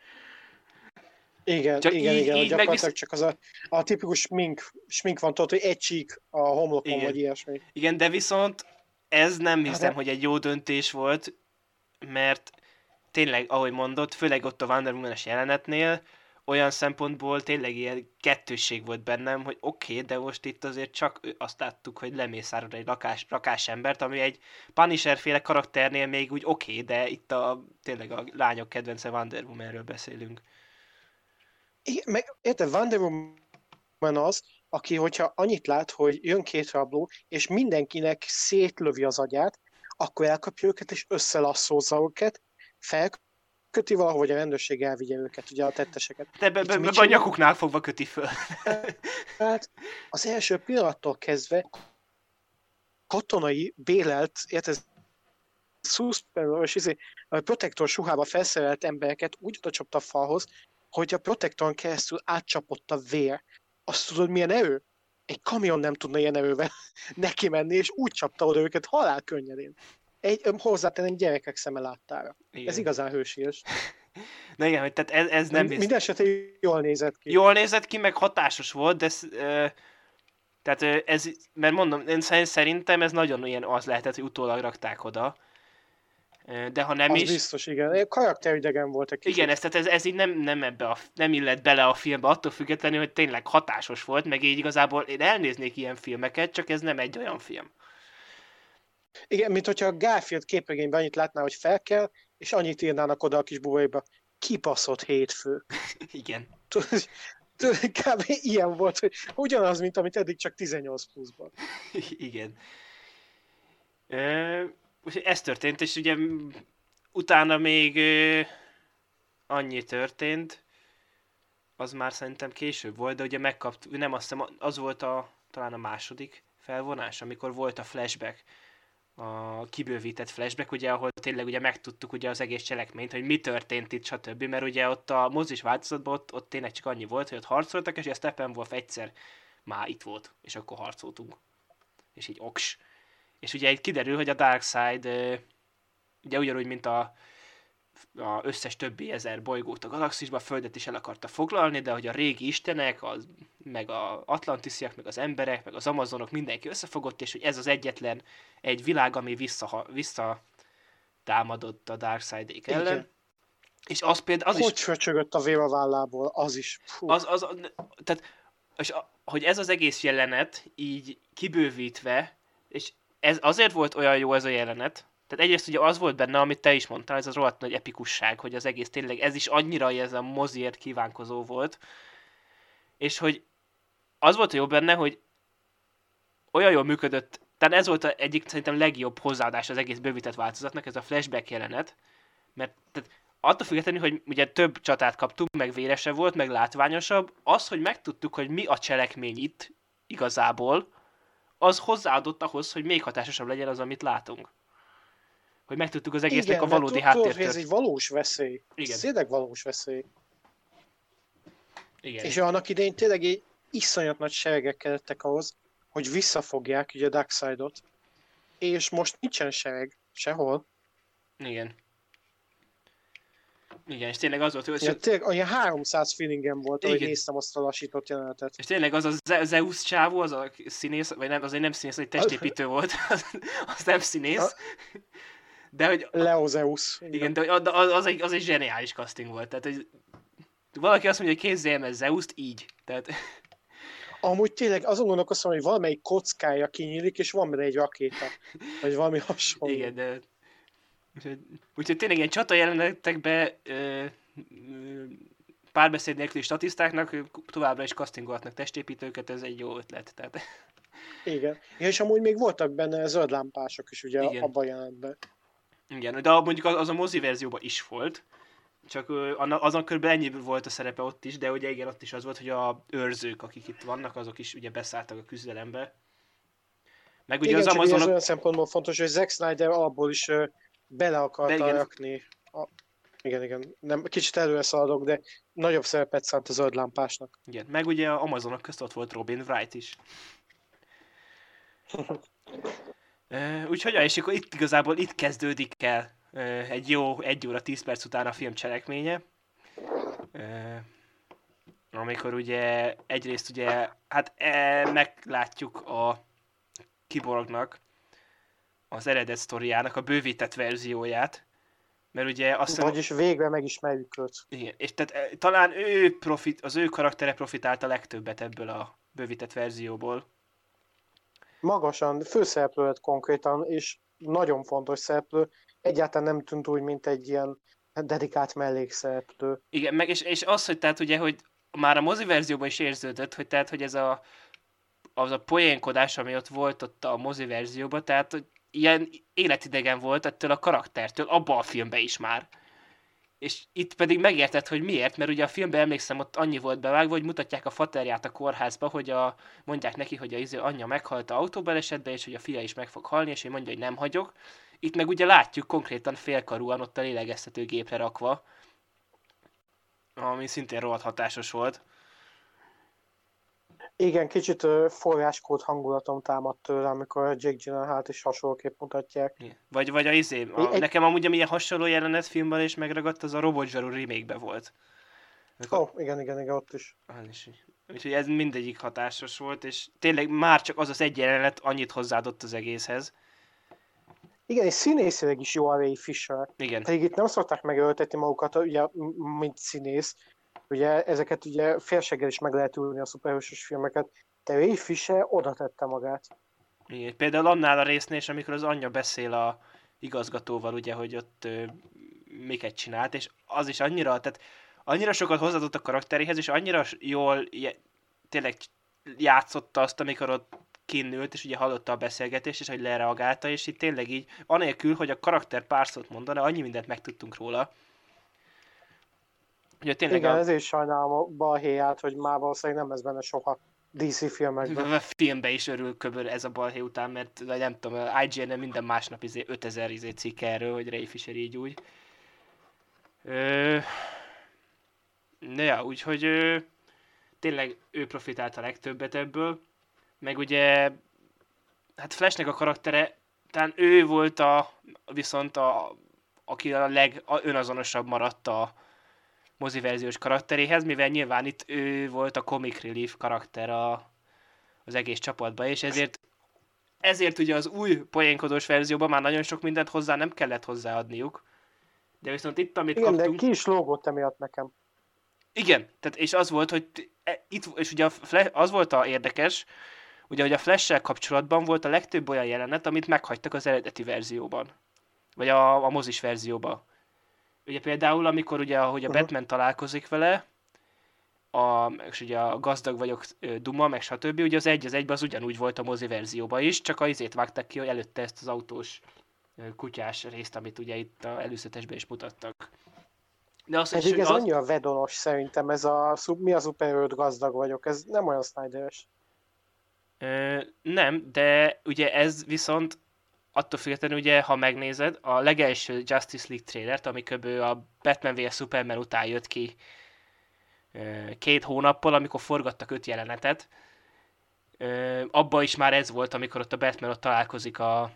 Igen, csak igen, így, igen, így gyakorlatilag megvisz... csak az a, a tipikus smink, smink van, tudod, hogy egy csík a homlokon, igen. vagy ilyesmi. Igen, de viszont ez nem hiszem, hát, hogy egy jó döntés volt, mert tényleg, ahogy mondott, főleg ott a Wonder Woman-es jelenetnél, olyan szempontból tényleg ilyen kettősség volt bennem, hogy oké, okay, de most itt azért csak azt láttuk, hogy lemészárol egy rakás, rakásembert, ami egy Punisher-féle karakternél még úgy oké, okay, de itt a, tényleg a lányok kedvence Wonder Woman-ről beszélünk. Igen, meg érted, Wonder Woman az, aki, hogyha annyit lát, hogy jön két rabló, és mindenkinek szétlövi az agyát, akkor elkapja őket, és összelasszózza őket, felköti valahogy a rendőrség elvigye őket, ugye a tetteseket. De be, be, be, be a nyakuknál fogva köti föl. Hát az első pillanattól kezdve katonai bélelt, érted, szuszpenzoros, izé, protektor suhába felszerelt embereket úgy oda csapta a falhoz, hogy a protektoron keresztül átcsapott a vér. Azt tudod, milyen erő? Egy kamion nem tudna ilyen erővel neki menni, és úgy csapta oda őket halál könnyedén. Egy hozzátenem gyerekek szeme láttára. Igen. Ez igazán hősies. Na igen, hogy tehát ez, ez nem... Minden esetben jól nézett ki. Jól nézett ki, meg hatásos volt, de... Uh, tehát ez... Mert mondom, én szerintem ez nagyon ilyen az lehetett, hogy utólag rakták oda. De ha nem az is... biztos, igen. Karakteridegen volt egy kicsit. Igen, ez, tehát ez, ez így nem, nem, ebbe a, nem illett bele a filmbe, attól függetlenül, hogy tényleg hatásos volt, meg így igazából én elnéznék ilyen filmeket, csak ez nem egy olyan film. Igen, mint hogyha a Garfield képregényben annyit látná, hogy fel kell, és annyit írnának oda a kis buvaiba, kibaszott hétfő. Igen. Tudod, tudod, kb. Ilyen volt, hogy ugyanaz, mint amit eddig csak tizennyolc pluszban. Igen. E- Ez történt, és ugye utána még ö, annyi történt, az már szerintem később volt, de ugye megkapt, nem azt hiszem, az volt a, talán a második felvonás, amikor volt a flashback, a kibővített flashback, ugye, ahol tényleg ugye megtudtuk ugye az egész cselekményt, hogy mi történt itt, stb. Mert ugye ott a mozis változatban ott, ott tényleg csak annyi volt, hogy ott harcoltak, és a Steppenwolf egyszer már itt volt, és akkor harcoltunk. És így oks. És ugye itt kiderül, hogy a Darkseid, ugye ugyanúgy, mint a a összes többi ezer bolygót a galaxisba, a Földet is el akarta foglalni, de hogy a régi istenek, az, meg a atlantisziak, meg az emberek, meg az amazonok, mindenki összefogott, és hogy ez az egyetlen egy világ, ami vissza, vissza támadott a Darkseidék ellen. Igen. És az például az Hogy is... fröcsögött a vér a vállából, az is. Fú. Az, az, tehát, és a, hogy ez az egész jelenet így kibővítve, és ez azért volt olyan jó ez a jelenet, tehát egyrészt ugye az volt benne, amit te is mondtál, ez az rohadt nagy epikusság, hogy az egész tényleg, ez is annyira ez a moziért kívánkozó volt, és hogy az volt jó benne, hogy olyan jól működött, tehát ez volt az egyik szerintem legjobb hozzáadás az egész bővített változatnak, ez a flashback jelenet, mert tehát attól függetlenül, hogy ugye több csatát kaptunk, meg vérese volt, meg látványosabb, az, hogy megtudtuk, hogy mi a cselekmény itt igazából, az hozzáadott ahhoz, hogy még hatásosabb legyen az, amit látunk. Hogy megtudtuk az egésznek Igen, a valódi mert tudod, hogy háttértől. ez egy valós veszély. Igen. Ez tényleg valós veszély. Igen. És annak idején tényleg egy iszonyat nagy seregek kellettek ahhoz, hogy visszafogják ugye a Darkseidot. És most nincsen sereg sehol. Igen. Igen, és tényleg az volt, hogy... Ja, tényleg olyan háromszáz feelingem volt, ahogy Igen. néztem azt a lassított jelenetet. És tényleg az a Ze- Zeus csávó, az a színész, vagy nem, azért nem színész, egy testépítő volt, az nem színész. De hogy... Leo Zeus. Igen, de az, az, egy, az egy zseniális casting volt. Tehát, hogy valaki azt mondja, hogy képzeljem el Zeuszt így. Tehát... Amúgy tényleg azon gondolkoztam, hogy valamelyik kockája kinyílik, és van benne egy rakéta. Vagy valami hasonló. Igen, de... Úgyhogy, úgyhogy tényleg ilyen csata jelenetekben ö, ö, párbeszéd nélküli statisztáknak továbbra is castingolhatnak testépítőket, ez egy jó ötlet. Tehát... Igen. Ja, és amúgy még voltak benne zöld lámpások is ugye Igen. abban a jelenetben. Igen, de mondjuk az, az a mozi verzióban is volt, csak ö, azon körülbelül ennyi volt a szerepe ott is, de ugye igen, ott is az volt, hogy a őrzők, akik itt vannak, azok is ugye beszálltak a küzdelembe. Meg ugye Igen, az csak Amazonok... ez Amazonok... olyan szempontból fontos, hogy Zack Snyder abból is uh, bele akarta igen. rakni. A... Igen, igen. Nem, kicsit előre szaladok, de nagyobb szerepet szánt a zöld lámpásnak. Igen, meg ugye a Amazonok közt ott volt Robin Wright is. uh, úgyhogy, és akkor itt igazából itt kezdődik el uh, egy jó egy óra tíz perc után a film cselekménye. Uh, amikor ugye egyrészt ugye, hát e, meglátjuk a Kiborgnak az eredet sztoriának a bővített verzióját, mert ugye azt hiszem... Vagyis végre megismerjük őt. Igen, és tehát e, talán ő profit, az ő karaktere profitált a legtöbbet ebből a bővített verzióból. Magasan főszereplő lett konkrétan, és nagyon fontos szereplő. Egyáltalán nem tűnt úgy, mint egy ilyen dedikált mellékszereplő. Igen, meg és, és az, hogy tehát ugye, hogy már a mozi verzióban is érződött, hogy tehát, hogy ez a az a poénkodás, ami ott volt ott a mozi verzióban, tehát hogy ilyen életidegen volt ettől a karaktertől, abban a filmben is már. És itt pedig megértett, hogy miért, mert ugye a filmben emlékszem, ott annyi volt bevágva, hogy mutatják a faterját a kórházba, hogy a, mondják neki, hogy a izé, anyja meghalt a autóbalesetben, és hogy a fia is meg fog halni, és ő mondja, hogy nem hagyok. Itt meg ugye látjuk konkrétan félkarúan ott a lélegeztető gépre rakva, ami szintén rohadt hatásos volt. Igen, kicsit uh, forráskód hangulatom támadt tőle, amikor a Jake Gyllenhaalt is hasonlóképp mutatják. Vagy, vagy a izé, a, Egy... nekem amúgy amilyen hasonló jelenet filmben is megragadt, az a Robot Zsaru remake-be volt. Ó, oh, igen, igen, igen, ott is. is. Úgyhogy ez mindegyik hatásos volt, és tényleg már csak az az egy jelenet annyit hozzáadott az egészhez. Igen, és színészileg is jó a Ray Fisher. Igen. Pedig itt nem szokták megöltetni magukat, ugye, mint színész. Ugye ezeket ugye félseggel is meg lehet ülni a szuperhősös filmeket, de Ray Fisher oda tette magát. Igen. Például annál a résznél, és amikor az anyja beszél a igazgatóval, ugye, hogy ott ö, miket csinált, és az is annyira, tehát annyira sokat hozzáadott a karakteréhez, és annyira jól je, tényleg játszotta azt, amikor ott kinnült, és ugye hallotta a beszélgetést, és hogy lereagálta, és itt tényleg így, anélkül, hogy a karakter pár szót mondana, annyi mindent megtudtunk róla. Ugye, tényleg igen, a... ezért sajnálom a balhéját, hogy már valószínűleg nem lesz benne soha dé cé filmekben. A filmben is örül köbör ez a balhé után, mert nem tudom, a I G N-en minden másnap izé ötezer izé cikk erről, hogy Ray Fisher így úgy. Ö... De ja, úgyhogy ö... tényleg ő profitált a legtöbbet ebből. Meg ugye, hát Flashnek a karaktere, talán ő volt a, viszont a, aki a legönazonosabb maradt a moziverziós karakteréhez, mivel nyilván itt ő volt a comic relief karakter a, az egész csapatban, és ezért ezért ugye az új poénkodós verzióban már nagyon sok mindent hozzá nem kellett hozzáadniuk. De viszont itt, amit Igen, kaptunk... de ki is lógott emiatt nekem. Igen, tehát és az volt, hogy itt, és ugye a Flash, az volt a érdekes, ugye, hogy a Flash-sel kapcsolatban volt a legtöbb olyan jelenet, amit meghagytak az eredeti verzióban. Vagy a, a mozis verzióban. Ugye például, amikor ugye, ahogy a uh-huh. Batman találkozik vele, a, és ugye a gazdag vagyok Duma, meg stb. Ugye az egy az egyben az ugyanúgy volt a mozi verzióban is, csak az izét vágták ki, hogy előtte ezt az autós kutyás részt, amit ugye itt a előzetesben is mutattak. De azt Pedig ez az... annyira vedonos szerintem, ez a mi a szuperhőd gazdag vagyok, ez nem olyan Snyderes. Ö, nem, de ugye ez viszont attól függetlenül, ugye, ha megnézed, a legelső Justice League trailert, ami kb. A Batman versus. Superman után jött ki két hónappal, amikor forgattak öt jelenetet, abba is már ez volt, amikor ott a Batman ott találkozik a,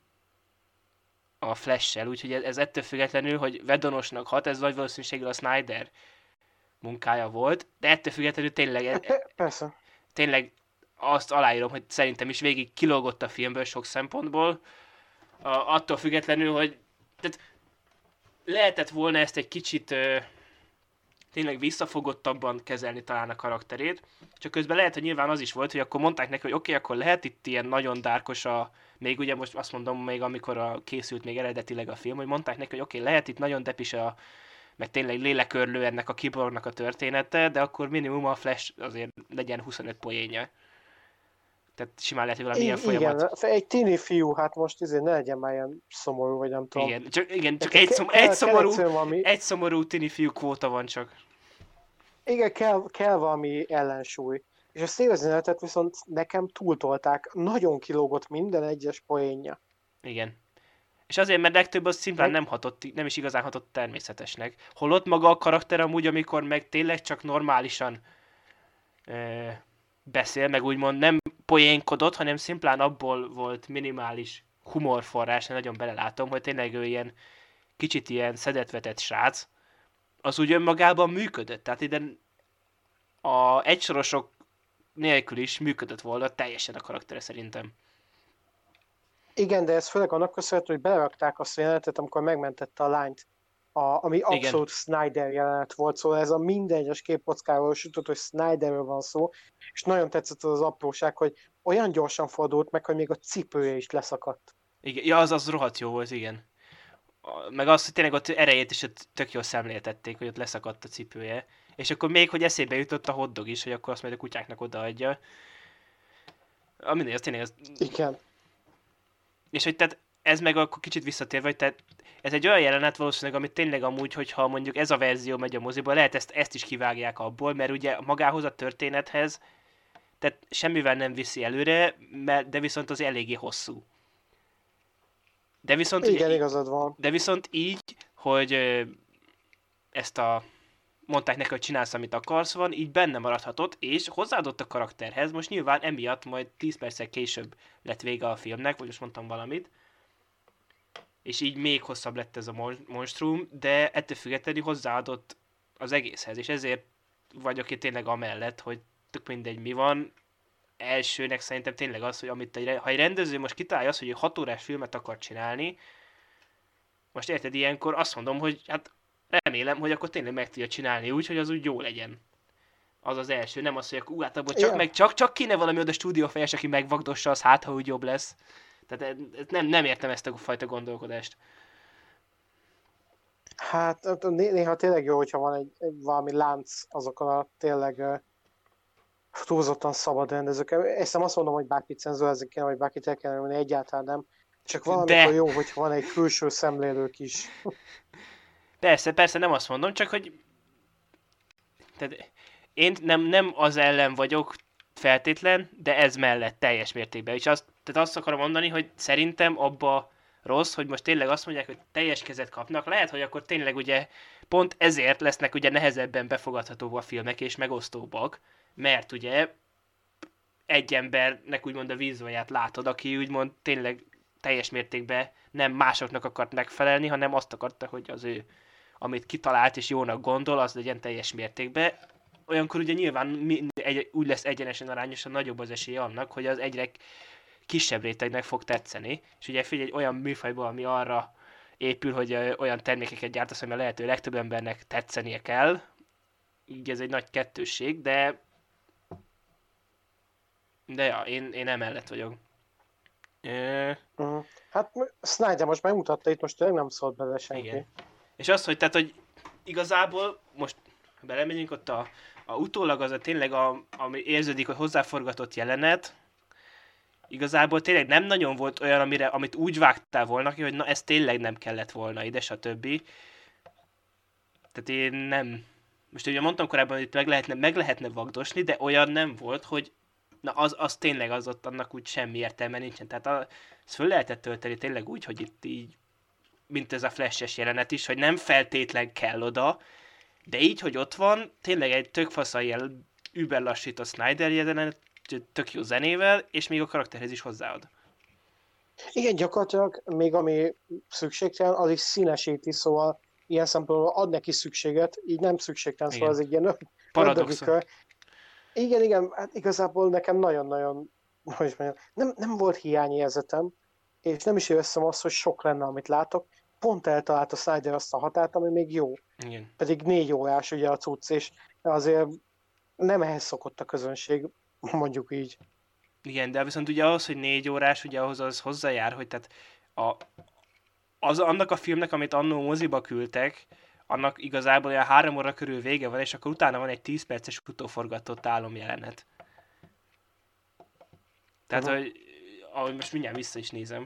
a Flash-sel, úgyhogy ez, ez ettől függetlenül, hogy vedonosnak hat, ez nagy valószínűséggel a Snyder munkája volt, de ettől függetlenül tényleg, Persze. tényleg azt aláírom, hogy szerintem is végig kilógott a filmből sok szempontból, a, attól függetlenül, hogy tehát lehetett volna ezt egy kicsit ö, tényleg visszafogottabban kezelni talán a karakterét, csak közben lehet, hogy nyilván az is volt, hogy akkor mondták neki, hogy oké, okay, akkor lehet itt ilyen nagyon dárkos a, még ugye most azt mondom, még amikor a, készült még eredetileg a film, hogy mondták neki, hogy oké, okay, lehet itt nagyon depis a, meg tényleg lélekörlő ennek a Kiborgnak a története, de akkor minimum a Flash azért legyen huszonöt poénja. Tehát simán lehet, hogy valami ilyen folyamat. Igen, egy tini fiú, hát most izé ne legyen már ilyen szomorú, vagy nem tudom. Igen, csak, igen, csak egy, szom, kell, egy, szomorú, valami... egy szomorú tini fiú kvóta van csak. Igen, kell, kell valami ellensúly. És a szélvezőnetet viszont nekem túltolták. Nagyon kilógott minden egyes poénja. Igen. És azért, mert legtöbb az szimplán meg... nem hatott, nem is igazán hatott természetesnek. Holott maga a karakter amúgy, amikor meg tényleg csak normálisan e, beszél, meg úgymond nem poénkodott, hanem szimplán abból volt minimális humorforrás, nagyon belelátom, hogy tényleg ő ilyen kicsit ilyen szedetvetett srác, az úgy önmagában működött. Tehát ide a egysorosok nélkül is működött volna teljesen a karaktere szerintem. Igen, de ez főleg annak köszönhető, hogy belerakták azt a jelenetet, amikor megmentette a lányt, a, ami abszolút igen. Snyder jelenet volt, szóval ez a minden egyes képkockáról sütött, hogy Snyderről van szó, és nagyon tetszett az, az apróság, hogy olyan gyorsan fordult meg, hogy még a cipője is leszakadt. Igen, ja, az, az rohadt jó volt, igen. Meg azt, hogy tényleg ott erejét is tök jól szemléltették, hogy ott leszakadt a cipője. És akkor még, hogy eszébe jutott a hotdog is, hogy akkor azt majd a kutyáknak odaadja. Aminél, az tényleg az... Igen. És hogy tehát ez meg akkor kicsit visszatérve, hogy tehát ez egy olyan jelenet valószínűleg, amit tényleg amúgy, hogyha mondjuk ez a verzió megy a moziba, lehet ezt, ezt is kivágják abból, mert ugye magához a történethez, tehát semmivel nem viszi előre, de viszont az eléggé hosszú. De viszont, igen, ugye, igazad van. De viszont így, hogy ezt a mondták neki, hogy csinálsz, amit akarsz van, így benne maradhatott, és hozzáadott a karakterhez, most nyilván emiatt majd tíz perccel később lett vége a filmnek, vagy most mondtam valamit, és így még hosszabb lett ez a monstrum, de ettől függetlenül hozzáadott az egészhez, és ezért vagyok itt tényleg amellett, hogy tök mindegy mi van, elsőnek szerintem tényleg az, hogy amit egy, ha egy rendező most kitalálja azt, hogy egy hat órás filmet akar csinálni, most érted, ilyenkor azt mondom, hogy hát remélem, hogy akkor tényleg meg tudja csinálni úgy, hogy az úgy jó legyen. Az az első, nem az, hogy akkor, ú, hát abból csak, yeah. meg, csak, csak kéne valami oda stúdiófejes, aki megvagdossa, az hát, ha úgy jobb lesz. Tehát nem, nem értem ezt a fajta gondolkodást. Hát néha tényleg jó, hogyha van egy, egy valami lánc azokon a tényleg túlzottan szabad rendezők. Ezt nem azt mondom, hogy bárkit cenzúrázni kéne, vagy bárkit el kellene mondani, egyáltalán nem. Csak valamikor De... jó, hogyha van egy külső szemlélők is. Persze, persze, nem azt mondom, csak hogy tehát én nem, nem az ellen vagyok feltétlen, de ez mellett teljes mértékben. És azt, tehát azt akarom mondani, hogy szerintem abba rossz, hogy most tényleg azt mondják, hogy teljes kezet kapnak. Lehet, hogy akkor tényleg ugye pont ezért lesznek ugye nehezebben befogadhatóbb a filmek és megosztóbbak, mert ugye egy embernek úgymond a vízvaját látod, aki úgymond tényleg teljes mértékben nem másoknak akart megfelelni, hanem azt akarta, hogy az ő, amit kitalált és jónak gondol, az legyen teljes mértékben. Olyankor ugye nyilván egy, úgy lesz egyenesen arányosan nagyobb az esélye annak, hogy az egyre kisebb rétegnek fog tetszeni. És ugye figyelj, egy olyan műfajból, ami arra épül, hogy olyan termékeket gyártasz, ami a lehető legtöbb embernek tetszenie kell. Így ez egy nagy kettősség, de de ja, én, én emellett vagyok. Ö... Uh-huh. Hát Snyder most megmutatta, itt most tényleg nem szólt bele senki. Igen. És az, hogy tehát, hogy igazából most belemegyünk ott a, a utólag az a tényleg, a, ami érződik, hogy hozzáforgatott jelenet, igazából tényleg nem nagyon volt olyan, amire, amit úgy vágtál volna ki, hogy na ez tényleg nem kellett volna ide, stb. Tehát én nem... Most ugye mondtam korábban, hogy itt meg lehetne, meg lehetne vagdosni, de olyan nem volt, hogy na az, az tényleg az ott annak úgy semmi értelme nincsen. Tehát a, ezt föl lehetett tölteni tényleg úgy, hogy itt így, mint ez a flashes jelenet is, hogy nem feltétlen kell oda, de így, hogy ott van, tényleg egy tök faszai ilyen überlassít a Snyder jelenet, tök jó zenével, és még a karakterhez is hozzáad. Igen, gyakorlatilag még ami szükségtelen, az is színesíti, szóval ilyen szempontból ad neki szükséget, így nem szükségtelen, szóval ez egy ilyen paradoxon. Igen, igen, hát igazából nekem nagyon-nagyon, hogy mondjam, nem, nem volt hiányérzetem, és nem is érzem azt, hogy sok lenne, amit látok. Pont eltalált a Snyder azt a határt, ami még jó. Igen. Pedig négy órás ugye a cucc, és azért nem ehhez szokott a közönség, mondjuk így. Igen, de viszont ugye ahhoz, hogy négy órás, ugye ahhoz az hozzájár, hogy tehát a, az, annak a filmnek, amit annó moziba küldtek, annak igazából olyan három óra körül vége van, és akkor utána van egy tíz perces utóforgatott álomjelenet. Tehát, uh-huh. hogy ahogy most mindjárt vissza is nézem.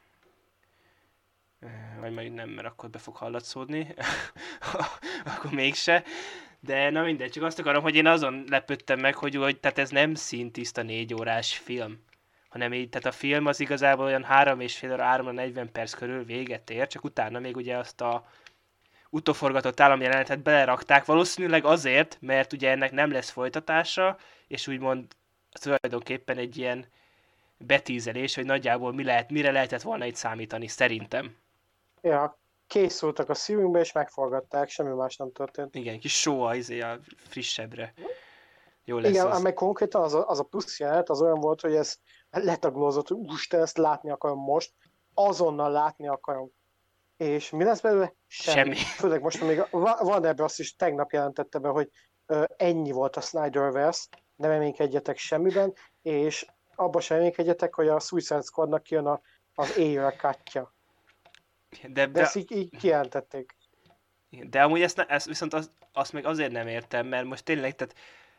Vagy majd nem, mert akkor be fog hallatszódni. Akkor mégse. De na mindegy, csak azt akarom, hogy én azon lepődtem meg, hogy, hogy tehát ez nem színtiszta négy órás film. Hanem így, tehát a film az igazából olyan három és fél óra, három negyven perc körül véget ér, csak utána még ugye azt a utóforgatott államjelenetet belerakták, valószínűleg azért, mert ugye ennek nem lesz folytatása, és úgymond tulajdonképpen egy ilyen betízelés, hogy nagyjából mi lehet, mire lehetett volna itt számítani, szerintem. Ja, készültek a szívünkbe, és megforgatták, semmi más nem történt. Igen, kis show a, izé, a frissebbre. Jó lesz. Igen, az. meg konkrétan az a, az a plusz jelenet, az olyan volt, hogy ez letaglózott, hogy úristen, ezt látni akarom most, azonnal látni akarom. És mi lesz belőle? Semmi. Semmi. Főleg most, még van ebben azt is tegnap jelentette be, hogy ö, ennyi volt a Snyderverse, ne reménykedjetek semmiben, és abban sem reménykedjetek, hogy a Suicide Squadnak kijön a, az éjjel cut-ja. De, de, de ezt így, így kijelentették. De amúgy ezt, ezt viszont az, azt meg azért nem értem, mert most tényleg, tehát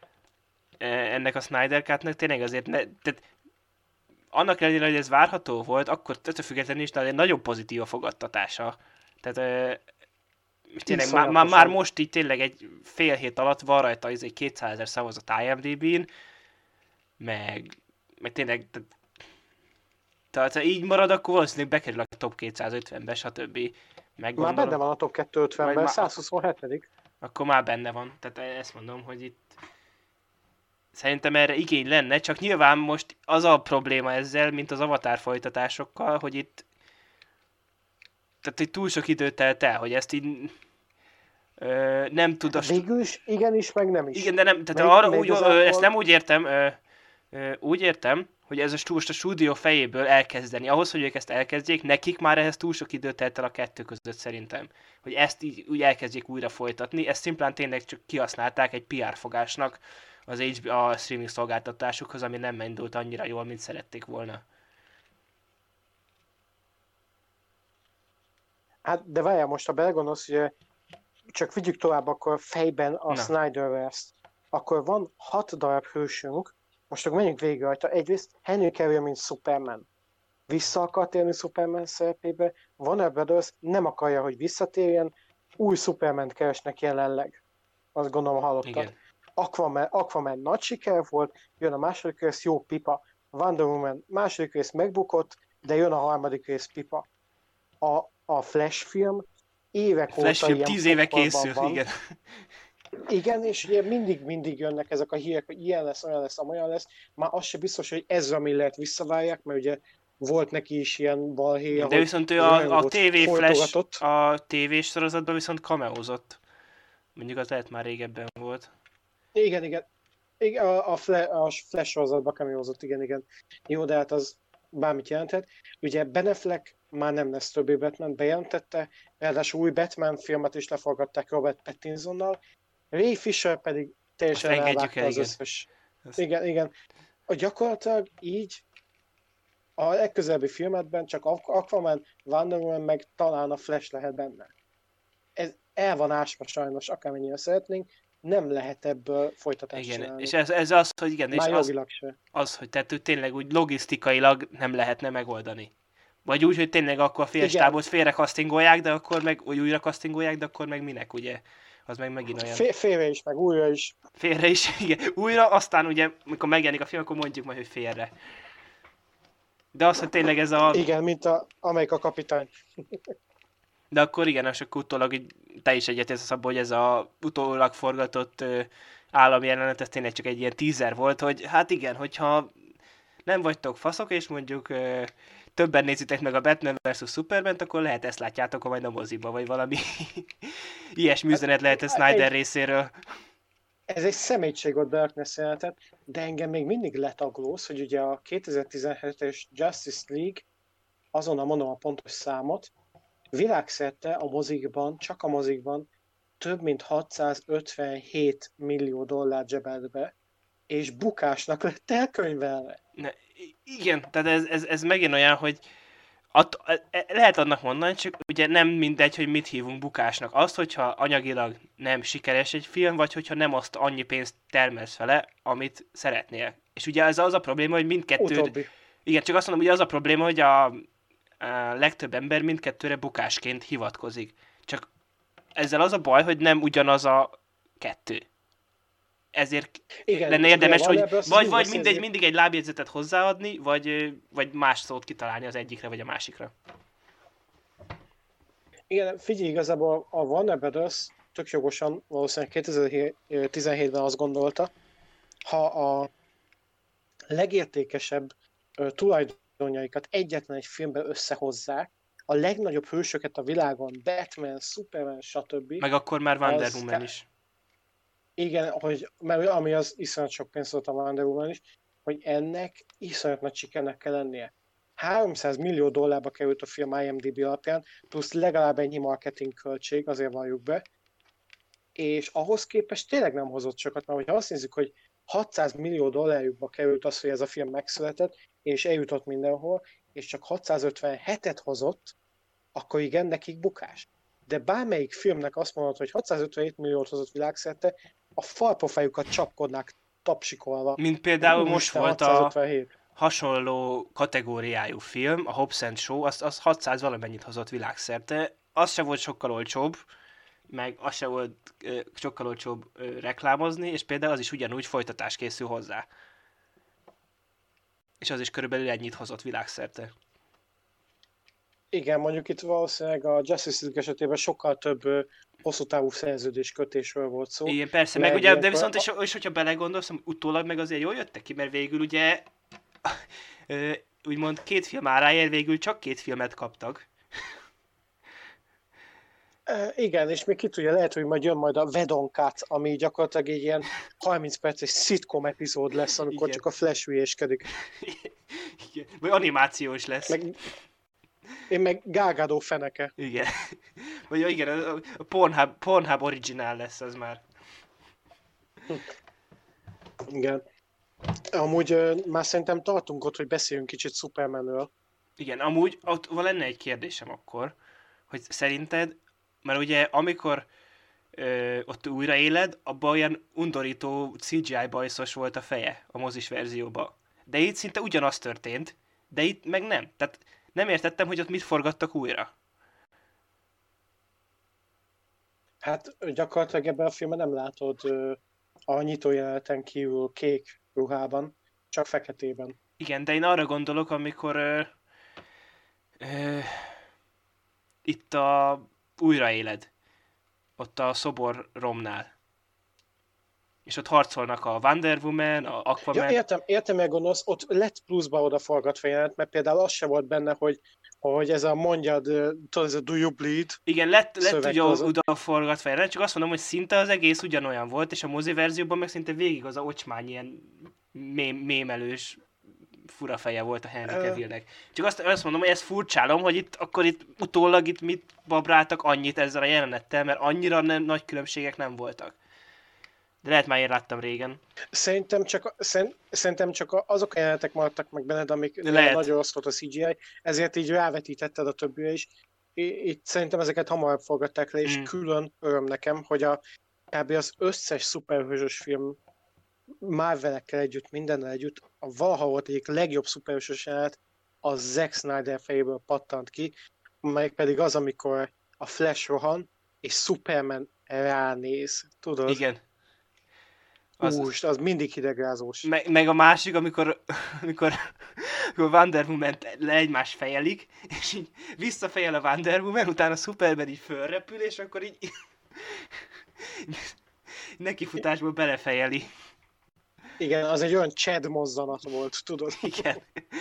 ennek a Snyder Cut-nak tényleg azért, ne, tehát annak ellenére, hogy ez várható volt, akkor többször függetlenül is egy nagyon pozitív a fogadtatása. Tehát tényleg má, má, már most így tényleg egy fél hét alatt van rajta ez egy kétszázezer szavazat I M D B-n, meg, meg tényleg tehát, tehát ha így marad, akkor valószínűleg bekerül a top kétszázötvenbe, stb. Már benne van a top kétszázötvenben, százhuszonhetedik Akkor már benne van. Tehát ezt mondom, hogy itt szerintem erre igény lenne, csak nyilván most az a probléma ezzel, mint az Avatar folytatásokkal, hogy itt tehát itt túl sok időt telt el, hogy ezt így ö, nem tud a... Végül is, igenis, meg nem is. Igen, de nem, tehát még, arra még úgy, ö, ezt nem úgy értem, ö, ö, úgy értem, hogy ez a, most a stúdió fejéből elkezdeni. Ahhoz, hogy ők ezt elkezdjék, nekik már ehhez túl sok időt telt el a kettő között szerintem. Hogy ezt így úgy elkezdjék újra folytatni. Ezt szimplán tényleg csak kihasználták egy pé er fogásnak az há bé o a streaming szolgáltatásukhoz, ami nem indult annyira jól, mint szerették volna. Hát, de várjál, most ha belegondolsz, hogy csak vigyük tovább akkor fejben a Na. Snyderverse-t, akkor van hat darab hősünk, most akkor menjünk végig rajta. Egyrészt Henry Cavill, mint Superman. Vissza akar térni Superman szerepébe, Warner Brothers nem akarja, hogy visszatérjen, új Superman-t keresnek jelenleg. Azt gondolom hallottad. Igen. Aquaman, Aquaman nagy siker volt, jön a második rész, jó pipa. Wonder Woman második rész megbukott, de jön a harmadik rész pipa. A, a Flash film évek Flash óta film ilyen tíz éve készül, van. igen. Igen, és ugye mindig-mindig jönnek ezek a hírek, hogy ilyen lesz, olyan lesz, olyan lesz. Már az se biztos, hogy Ezra Millert visszavárják, mert ugye volt neki is ilyen balhéja, De hogy viszont ő a, a rajongot té vé Flash, folytogatott. a tévés sorozatban viszont cameózott. Mondjuk az lehet már régebben volt. Igen, igen. Igen, a, a, fle, a Flash sorozatba cameózott, igen, igen. Jó, de hát az bármit jelenthet. Ugye Ben Affleck már nem lesz többé Batman, bejelentette, ráadásul új Batman filmet is leforgatták Robert Pattinsonnal, Ray Fisher pedig Azt teljesen engedjük el, elvágta az igen. összes. Azt... Igen, igen. A gyakorlatilag így a legközelebbi filmetben csak Aquaman, Wonder Woman meg talán a Flash lehet benne. Ez el van ásva sajnos, akármennyire szeretnénk, nem lehet ebből folytatást Igen, csinálni. és ez, ez az, hogy igen, Már és az, jogilag se. az, hogy tehát hogy tényleg úgy logisztikailag nem lehetne megoldani. Vagy úgy, hogy tényleg akkor a félstábot félre castingolják, de akkor meg, vagy újra castingolják, de akkor meg minek, ugye? Az meg megint olyan. Fé- félre is, meg újra is. Félre is, igen. Újra, aztán ugye, amikor megjelenik a film, akkor mondjuk majd, hogy félre. De az, hogy tényleg ez a... Igen, mint a Amerika kapitány. De akkor igen, és akkor utólag így te is egyetértesz abban, hogy ez a utólag forgatott ö, állami jelenet, ez tényleg csak egy ilyen teaser volt, hogy hát igen, hogyha nem vagytok faszok, és mondjuk ö, többen nézitek meg a Batman versus. Superman-t, akkor lehet ezt látjátok majd a moziba, vagy valami ilyesmi üzenet lehet ez Snyder egy, részéről. Ez egy szemétség volt Darkness jelenetet, de engem még mindig letaglóz, hogy ugye a kétezer-tizenhetes Justice League, azonnal mondom a pontos számot, világszerte a mozikban, csak a mozikban több mint hatszázötvenhét millió dollár zsebelt be, és bukásnak lett elkönyvelve. Ne, igen, tehát ez, ez, ez megint olyan, hogy At, lehet annak mondani, csak ugye nem mindegy, hogy mit hívunk bukásnak. Azt, hogyha anyagilag nem sikeres egy film, vagy hogyha nem azt annyi pénzt termelsz vele, amit szeretnél. És ugye ez az a probléma, hogy mindkettő... Utóbbi. Igen, csak azt mondom, hogy az a probléma, hogy a, a legtöbb ember mindkettőre bukásként hivatkozik. Csak ezzel az a baj, hogy nem ugyanaz a kettő. Ezért Igen, lenne érdemes, hogy ebből vagy, vagy beszélni. mindegy, mindig egy lábjegyzetet hozzáadni, vagy, vagy más szót kitalálni az egyikre, vagy a másikra. Igen, figyelj, igazából a Warner Brothers tök jogosan valószínűleg kétezer-tizenhétben azt gondolta, ha a legértékesebb ö, tulajdonjaikat egyetlen egy filmben összehozzák, a legnagyobb hősöket a világon, Batman, Superman, stb. Meg akkor már Wonder az, Woman is. Igen, hogy, mert ami az iszonyat sok pénzt volt a Wonder Woman is, hogy ennek iszonyat nagy sikernek kell lennie. háromszáz millió dollárba került a film IMDb alapján, plusz legalább ennyi marketing költség, azért valljuk be, és ahhoz képest tényleg nem hozott sokat, mert ha azt nézzük, hogy hatszáz millió dollárjukba került az, hogy ez a film megszületett, és eljutott mindenhol, és csak hatszázötvenhetet hozott, akkor igen, nekik bukás. De bármelyik filmnek azt mondod, hogy hatszázötvenhét milliót hozott világszerte, a falpofájukat csapkodnák tapsikolva. Mint például Úristen, most volt a hatszázötvenhét. hasonló kategóriájú film, a Hobbs and Shaw, az, az hatszáz valamennyit hozott világszerte. Az se volt sokkal olcsóbb, meg az se volt ö, sokkal olcsóbb ö, reklámozni, és például az is ugyanúgy folytatás készül hozzá. És az is körülbelül ennyit hozott világszerte. Igen, mondjuk itt valószínűleg a Justice League esetében sokkal több ö, hosszú távú szerződés kötésről volt szó. Igen, persze, meg ugye, de viszont, és, és hogyha belegondolsz, utólag meg azért jól jöttek ki, mert végül ugye ö, úgymond két film áráért végül csak két filmet kaptak. E, igen, és még ki tudja, lehet, hogy majd jön majd a Vedon Cut, ami gyakorlatilag egy ilyen harminc perces szitcom epizód lesz, amikor Igen. csak a Flash hülyéskedik. Igen. Vagy animációs lesz. Meg, én meg Gágádó feneke. Igen. Vagy igen, a a Pornhub, Pornhub originál lesz az már. Igen. Amúgy ö, már szerintem tartunk ott, hogy beszéljünk kicsit Supermanről. Igen, amúgy ott van lenne egy kérdésem akkor, hogy szerinted, mert ugye amikor ö, ott újra éled, abban olyan undorító cé gé í bajszos volt a feje a mozis verzióban. De itt szinte ugyanaz történt, de itt meg nem. Tehát nem értettem, hogy ott mit forgattak újra. Hát gyakorlatilag ebben a filmben nem látod ö, a nyitójeleneten kívül kék ruhában, csak feketében. Igen, de én arra gondolok, amikor ö, ö, itt a újraéled, ott a szobor romnál. és ott harcolnak a Wonder Woman, a Ja, Aquaman. értem, értem, meg gonosz, ott lett pluszba oda forgatva jelenet, mert például az se volt benne, hogy, hogy ez a mondjad, ö, tudod, ez a do you bleed Igen, lett, lett szöveg, ugye tudod, oda forgatva jelenet, csak azt mondom, hogy szinte az egész ugyanolyan volt, és a mozi verzióban meg szinte végig az a ocsmány ilyen mém, mémelős fura feje volt a Henry ö, Cavillnek. Csak azt, azt mondom, hogy ezt furcsálom, hogy itt akkor itt utólag itt mit babráltak annyit ezzel a jelenettel, mert annyira nem, nagy különbségek nem voltak. De lehet már én láttam régen. Szerintem csak, szerint, szerintem csak azok a jelenetek maradtak meg benned, amik De lehet. nagyon rossz volt a cé gé i, ezért így rávetítetted a többire is. I- Itt szerintem ezeket hamarabb forgatták le, és Mm. külön öröm nekem, hogy a kb. Az összes szuperhősös film Marvelekkel együtt, mindennel együtt, a valaha volt egyik legjobb szuperhősös jelenet, a Zack Snyder fejéből pattant ki, melyik pedig az, amikor a Flash rohan, és Superman ránéz, tudod? Igen. Az, Úst, az mindig hidegrázós. meg, meg a másik, amikor, amikor, amikor Wonder Woman le egymás fejelik, és így visszafejel a Wonder Woman, utána Superman így fölrepül, és akkor így nekifutásból belefejeli. Igen, az egy olyan Chad mozzanat volt, tudod? Igen.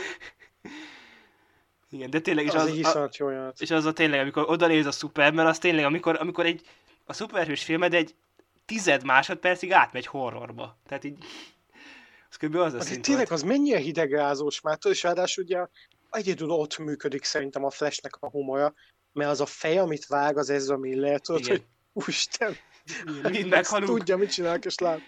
Igen, de tényleg, és Az az, egy a, iszonyat jó jelenet. és az a tényleg, amikor odanéz a Superman, az tényleg, amikor, amikor egy, a szuperhős filmed egy tized másodpercig átmegy horrorba. Tehát így, az kb. Az a De szint tényleg volt. az mennyire hidegrázós már, tudod, és ráadásul ugye egyedül ott működik szerintem a Flashnek a humora, mert az a fej, amit vág az Ezra Miller, tudod, Igen. hogy úristen, Igen, mind ezt meghalunk. tudja, mit csinálnak, és lát.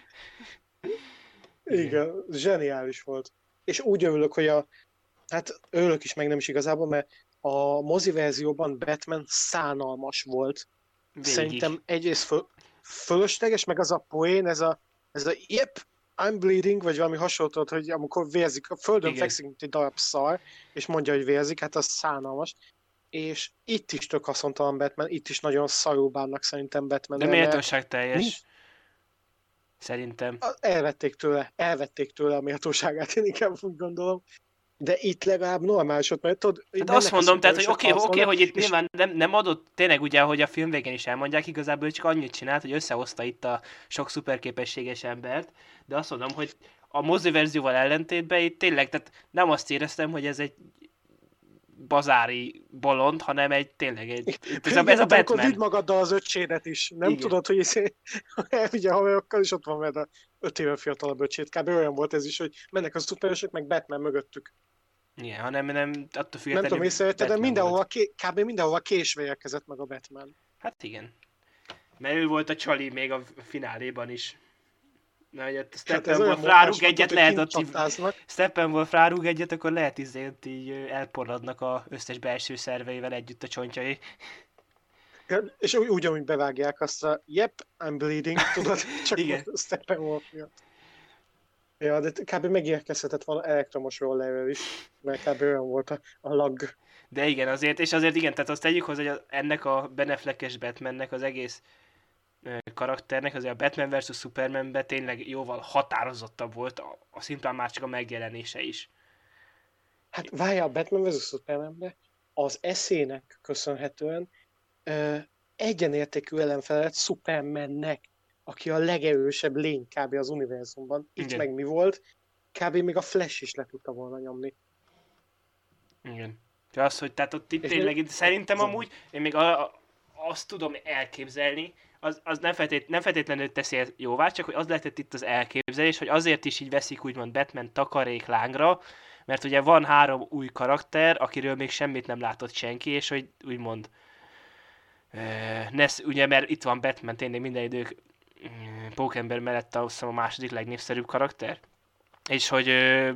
Igen. Igen, zseniális volt. És úgy örülök, hogy a, hát örülök is, meg nem is igazából, mert a mozi verzióban Batman szánalmas volt. Végig. Szerintem egyrészt föl, fölösleges, meg az a poén, ez a, ez a yep, I'm bleeding, vagy valami hasonlót, hogy amikor vérzik, a földön Igen. fekszik, mint egy darab szar, és mondja, hogy vérzik, hát az szánalmas. És itt is tök haszontalan Batman, itt is nagyon szarul bánnak szerintem Batman. De méltóság teljes. nincs- Szerintem. Elvették tőle, elvették tőle a méltóságát, én inkább úgy gondolom. De itt legalább normális volt, mert tudod, Hát mennek azt a mondom, tehát, hogy oké, szuperhősök, okay, oké, okay, hogy itt és- nyilván nem, nem adott, tényleg ugye, hogy a film végén is elmondják, igazából csak annyit csinált, hogy összehozta itt a sok szuperképességes embert, de azt mondom, hogy a mozi verzióval ellentétben itt tényleg, tehát nem azt éreztem, hogy ez egy bazári bolond, hanem egy tényleg egy, itt ez, a, Igen, ez a hát amikor Batman. vidd magaddal az öccsédet is. Nem Igen. tudod, hogy izé, elvigye haverokkal, és ott van veled a öt éve fiatalabb öccsét. Kb. Olyan volt ez is, hogy mennek a szuperhősök, meg Batman mögöttük. Igen, hanem nem, attól Nem függetlenül tudom, észrevetted, de Batman mindenhova, volt. ké, kb. mindenhova késve érkezett meg a Batman. Hát igen. Mert ő volt a csali még a fináléban is. Na, hogy ott Hát ez olyan Steppenwolf montás rárúg volt, egyet, hogy lehet kint ott így csatáznak. Steppenwolf rárúg egyet, akkor lehet izért így ö, elporradnak a összes belső szerveivel együtt a csontjai. És úgy, úgy, amúgy bevágják azt a yep, I'm bleeding, tudod, csak Igen. Steppenwolf miatt. Ja, de kb. Megérkezhetett volna elektromos rollerrel is, mert kb. Olyan volt a, a lag. De igen, azért, és azért igen, tehát azt tegyük hozzá, hogy a- ennek a Ben Affleck-es Batmannek az egész ö, karakternek, azért a Batman versus. Supermanben tényleg jóval határozottabb volt, a, a szimplán már csak a megjelenése is. Hát várjál, a Batman versus. Supermanbe az eszének köszönhetően ö, egyenértékű ellenfele lett Supermannek, aki a legerősebb lény kb. Az univerzumban. Itt Igen. meg mi volt? Kb. Még a Flash is le tudta volna nyomni. Igen. De az, hogy tehát ott itt És tényleg, én- itt szerintem ez a- amúgy, én még a, a, azt tudom elképzelni, az, az nem, feltét, nem feltétlenül teszi ezt jóvá, csak hogy az lehetett itt az elképzelés, hogy azért is így veszik úgymond Batman takaréklángra, mert ugye van három új karakter, akiről még semmit nem látott senki, és hogy úgymond eh, Nesz, ugye, mert itt van Batman, tényleg minden idők mm, Pókember mellett azt hiszem a második legnépszerűbb karakter. És hogy ö,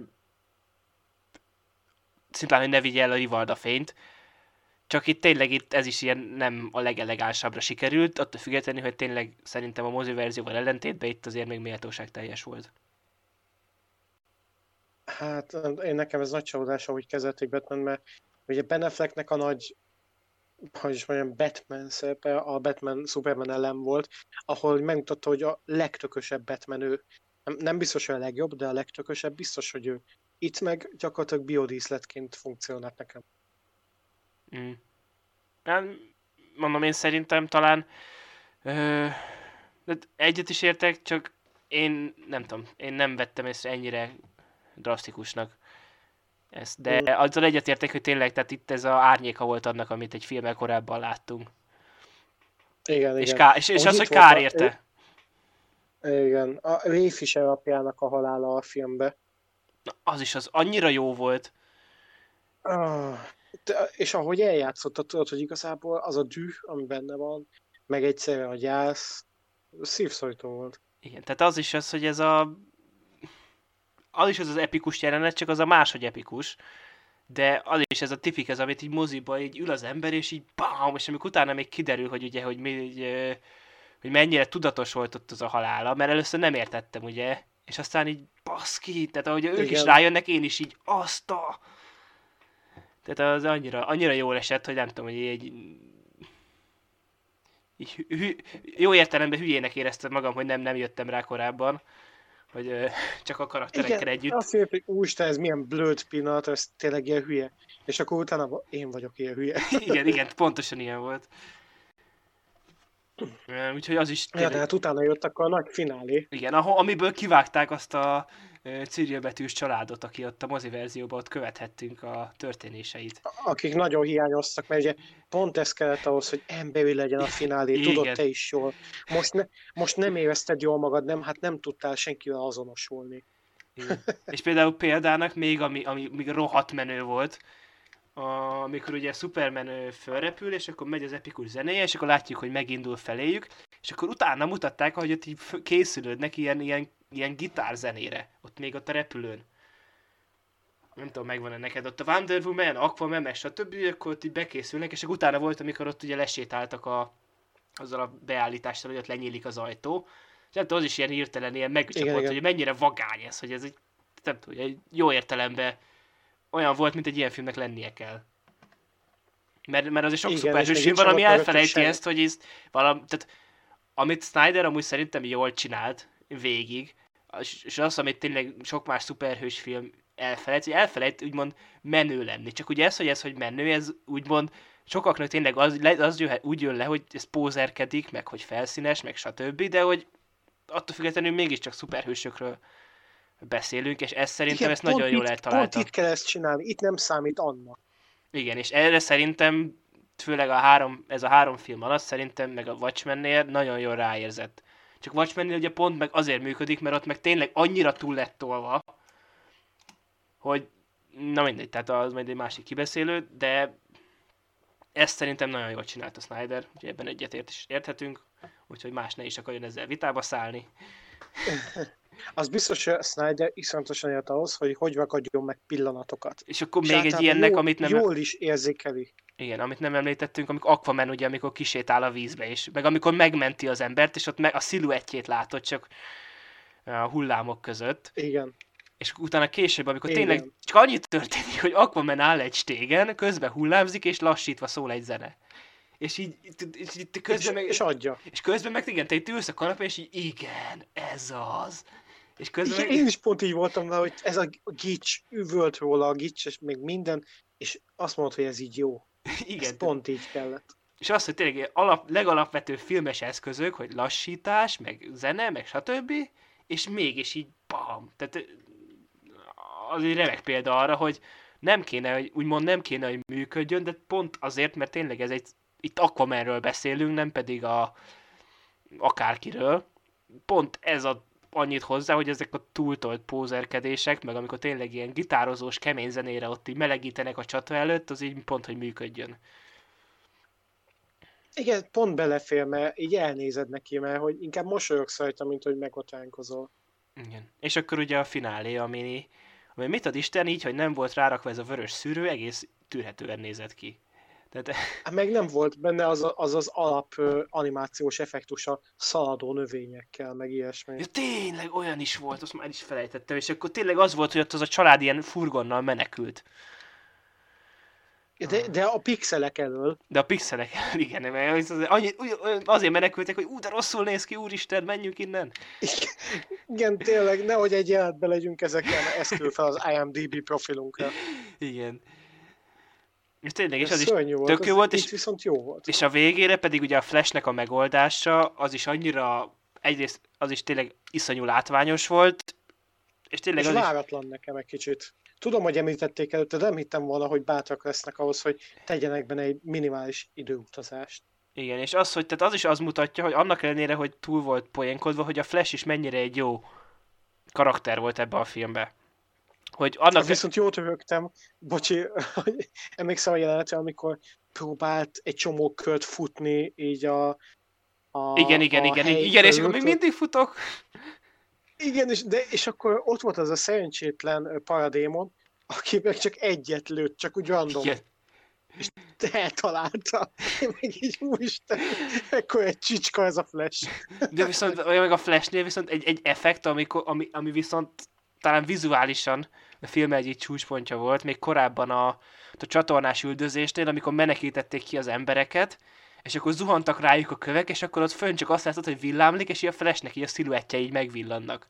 szimplán, hogy ne vigye el a Rivalda fényt. Csak itt tényleg itt ez is ilyen nem a legelegánsabbra sikerült, attól függetlenül, hogy tényleg szerintem a mozi verzióval ellentétben itt azért még méltóság teljes volt. Hát én nekem ez nagy csalódás, ahogy kezelték Batman, mert ugye Ben Afflecknek a nagy, hogy is mondjam, Batman szerepe a Batman Superman ellen volt, ahol megmutatta, hogy a legtökösebb Batman ő. Nem, nem biztos, hogy a legjobb, de a legtökösebb biztos, hogy ő. Itt meg gyakorlatilag biodíszletként funkcionált nekem. Mm. Nem, mondom, én szerintem talán ö, de egyet is értek, csak én nem tudom, én nem vettem ezt ennyire drasztikusnak. Ezt, de Mm. azzal egyetértek, hogy tényleg, tehát itt ez a árnyéka volt annak, amit egy filmmel korábban láttunk. Igen, És, igen. ká- és, és Ahogy az, hogy itt volt kár a, érte. igen, a Ray Fisher apjának a halála a filmbe. Na, az is az annyira jó volt. Ah, de- és ahogy eljátszotta, tudod, hogy igazából az a düh, ami benne van, meg egyszerre a gyász, szívszorító volt. Igen, tehát az is az, hogy ez a... Az is az az epikus jelenet, csak az a máshogy epikus. De az is ez a tipik, ez, amit így moziba így ül az ember, és így bám, és amikor utána még kiderül, hogy ugye, hogy, mi, így, ö, hogy mennyire tudatos volt ott az a halála, mert először nem értettem, ugye, és aztán így baszki, tehát ahogy ők is Igen. rájönnek, én is így azt a... Tehát az annyira, annyira jól esett, hogy nem tudom, hogy így, így hü, hü, jó értelemben hülyének éreztem magam, hogy nem, nem jöttem rá korábban, hogy ö, csak a karakterekkel Igen, együtt. azt mondjuk, hogy úristen, ez milyen blöd pillanat, ez tényleg ilyen hülye. És akkor utána én vagyok ilyen hülye. Igen, igen, pontosan ilyen volt. Ö, Úgyhogy az is Ja, tényleg... de hát utána jött akkor a nagy finálé. Igen, ahol, amiből kivágták azt a ö, cirilbetűs családot, aki ott a mozi verzióban ott követhettünk a történéseit. Akik nagyon hiányoztak, mert ugye pont ez kellett ahhoz, hogy emberi legyen a finálé, tudod Igen. te is jól. Most, ne, most nem érezted jól magad, nem, hát nem tudtál senkivel azonosulni. Igen. És például példának még, ami, ami még rohadt menő volt, a, amikor ugye Superman ö, fölrepül, és akkor megy az epikus zenéje, és akkor látjuk, hogy megindul feléjük, és akkor utána mutatták, hogy ott így f- készülődnek ilyen, ilyen, ilyen gitárzenére, ott még ott a repülőn. Nem tudom, megvan-e neked ott a Wonder Woman, Aquaman, meg stb. Akkor ott így bekészülnek, és akkor utána volt, amikor ott ugye lesétáltak a, azzal a beállítással, hogy ott lenyílik az ajtó. És nem tudom, az is ilyen hirtelen, ilyen megcsapott, igen. hogy mennyire vagány ez, hogy ez egy, nem tudom, egy jó értelemben olyan volt, mint egy ilyen filmnek lennie kell. Mert, mert azért sok Igen, szuperhős és még film van, nincs ami ott mögöttük elfelejti semmi. ezt, hogy ez valami, tehát amit Snyder amúgy szerintem jól csinált végig, és és az, amit tényleg sok más szuperhős film elfelejt, hogy elfelejt úgymond menő lenni. Csak ugye ez, hogy ez, hogy menő, ez úgymond sokaknak tényleg az, le- az jöhet, úgy jön le, hogy ez pózerkedik, meg hogy felszínes, meg stb., de hogy attól függetlenül mégiscsak szuperhősökről beszélünk, és ez szerintem Igen, ezt pont nagyon jól itt, eltalálta. Pont itt kell ezt csinálni, itt nem számít annak. Igen, és erre szerintem, főleg a három, ez a három film alatt szerintem, meg a Watchmennél nagyon jól ráérzett. Csak Watchmennél ugye pont meg azért működik, mert ott meg tényleg annyira túl lett tolva, hogy na mindegy, tehát az majd egy másik kibeszélő, de ezt szerintem nagyon jól csinálta Snyder, úgyhogy ebben egyetért is érthetünk, úgyhogy más ne is akarjon ezzel vitába szállni. Az biztos, hogy Snyder iszonyatosan élt ahhoz, hogy hogy ragadjon meg pillanatokat. És akkor És még egy általában ilyennek, jól, amit nem... jól is érzékeli. Igen, amit nem említettünk, amikor Aquaman ugye, amikor kisétál a vízbe, és meg amikor megmenti az embert, és ott meg a sziluettjét látod csak a hullámok között, Igen. és utána később, amikor Igen. tényleg csak annyit történik, hogy Aquaman áll egy stégen, közben hullámzik, és lassítva szól egy zene. És így, és így közben És, meg, és adja. és közben meg igen, te itt ülsz a kanapén, és így igen, ez az. És közben Igen, meg, én is pont így voltam vele, hogy ez a gics, üvölt róla a gics, és még minden, és azt mondod, hogy ez így jó. igen, Ez pont így kellett. és az, hogy tényleg ilyen alap, legalapvető filmes eszközök, hogy lassítás, meg zene, meg stb. És mégis így bam. Tehát az egy remek példa arra, hogy nem kéne, hogy úgymond nem kéne, hogy működjön, de pont azért, mert tényleg ez egy, itt Aquamanről beszélünk, nem pedig a akárkiről. Pont ez a annyit hozzá, hogy ezek a túltolt pózerkedések, meg amikor tényleg ilyen gitározós, kemény zenére ott így melegítenek a csata előtt, az így pont, hogy működjön. Igen, pont belefér, mert így elnézed neki, mert hogy inkább mosolyogsz rajta, mint hogy megotánkozol. Igen. És akkor ugye a finálé, ami, ami mit ad Isten így, hogy nem volt rárakva ez a vörös szűrő, egész tűrhetően nézett ki. Tehát, Hát meg nem volt benne az a- az, az alap ö, animációs effektus a szaladó növényekkel, meg ilyesmi. ja, tényleg olyan is volt, azt már is felejtettem, és akkor tényleg az volt, hogy ott az a család ilyen furgonnal menekült. De, de a pixelek elől. De a pixelek, igen, mert az, az, annyi, azért menekültek, hogy ú, de rosszul néz ki, úristen, menjünk innen. Igen, tényleg, nehogy egy jelenetbe legyünk ezekkel, mert ezt küld fel az IMDb profilunkra. Igen. És tényleg, és Ez az is szörnyű volt, tök jó az volt, itt és, viszont jó volt. és a végére pedig ugye a Flashnek a megoldása, az is annyira egyrészt az is tényleg iszonyú látványos volt, és tényleg És az is... váratlan nekem egy kicsit. Tudom, hogy említették előtte, de nem hittem volna, hogy bátrak lesznek ahhoz, hogy tegyenek benne egy minimális időutazást. Igen, és az, hogy tehát az is az mutatja, hogy annak ellenére, hogy túl volt poénkodva, hogy a Flash is mennyire egy jó karakter volt ebbe a filmbe. Hogy annak... Viszont jót röhögtem, bocsi, hogy emlékszem a jelenetre, amikor próbált egy csomó kört futni, így a, a Igen, igen, a igen, hely igen, és körül. még mindig futok. Igen, és, de, és akkor ott volt az a szerencsétlen ö, paradémon, aki meg csak egyet lőtt, csak úgy random. Igen. És eltalálta. Én meg így, úristen, ekkor egy csicska ez a Flash. De viszont olyan meg a Flashnél viszont egy, egy effekt, amikor, ami, ami viszont talán vizuálisan a film egyik csúcspontja volt, még korábban a, a csatornás üldözésnél, amikor menekítették ki az embereket, és akkor zuhantak rájuk a kövek, és akkor ott fönn csak azt látod, hogy villámlik, és így a Flashnek így a sziluettje így megvillannak.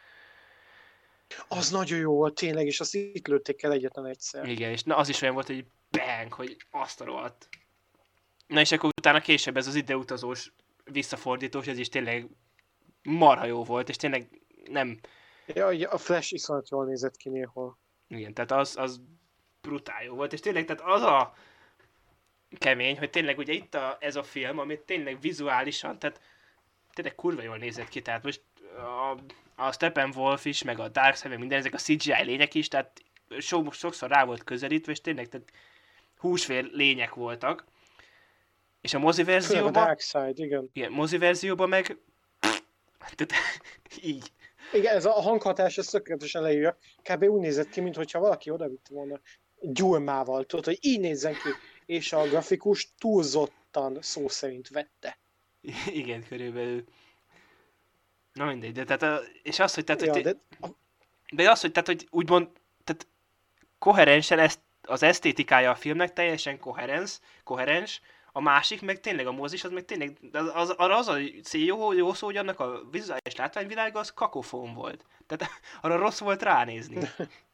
Az nagyon jó volt tényleg, és azt itt lőtték el egyetlen egyszer. Igen, és na az is olyan volt, hogy bang, hogy azt a rohadt. Na és akkor utána később ez az ideutazós, visszafordítós, ez is tényleg marha jó volt, és tényleg nem... Ja, ugye a Flash iszonyat jól nézett ki néhol. Igen, tehát az, az brutál jó volt, és tényleg tehát az a kemény, hogy tényleg ugye itt a, ez a film, amit tényleg vizuálisan, tehát tényleg kurva jól nézett ki, tehát most a, a Steppenwolf is, meg a Darkseid, meg minden, ezek a cé gé í lények is, tehát so, sokszor rá volt közelítve, és tényleg tehát húsvér lények voltak. És a mozi Főleg a verzióban, Darkseid, igen. igen, mozi verzióban meg tehát, így. Igen, ez a hanghatás, ez tökéletesen leírja. Kb. Úgy nézett ki, mintha valaki odavitte volna gyurmával, tudod, hogy így nézzen ki. És a grafikus túlzottan szó szerint vette. Igen, körülbelül. Na mindegy, de tehát, a, és az, hogy tehát, Ja, hogy, de de az, hogy tehát, hogy úgymond, tehát koherensen ezt, az esztétikája a filmnek teljesen koherens, koherens, a másik meg tényleg a mozis, az meg tényleg, az, az, arra az a jó, jó szó, hogy annak a vizuális látványvilága az kakofón volt. Tehát arra rossz volt ránézni.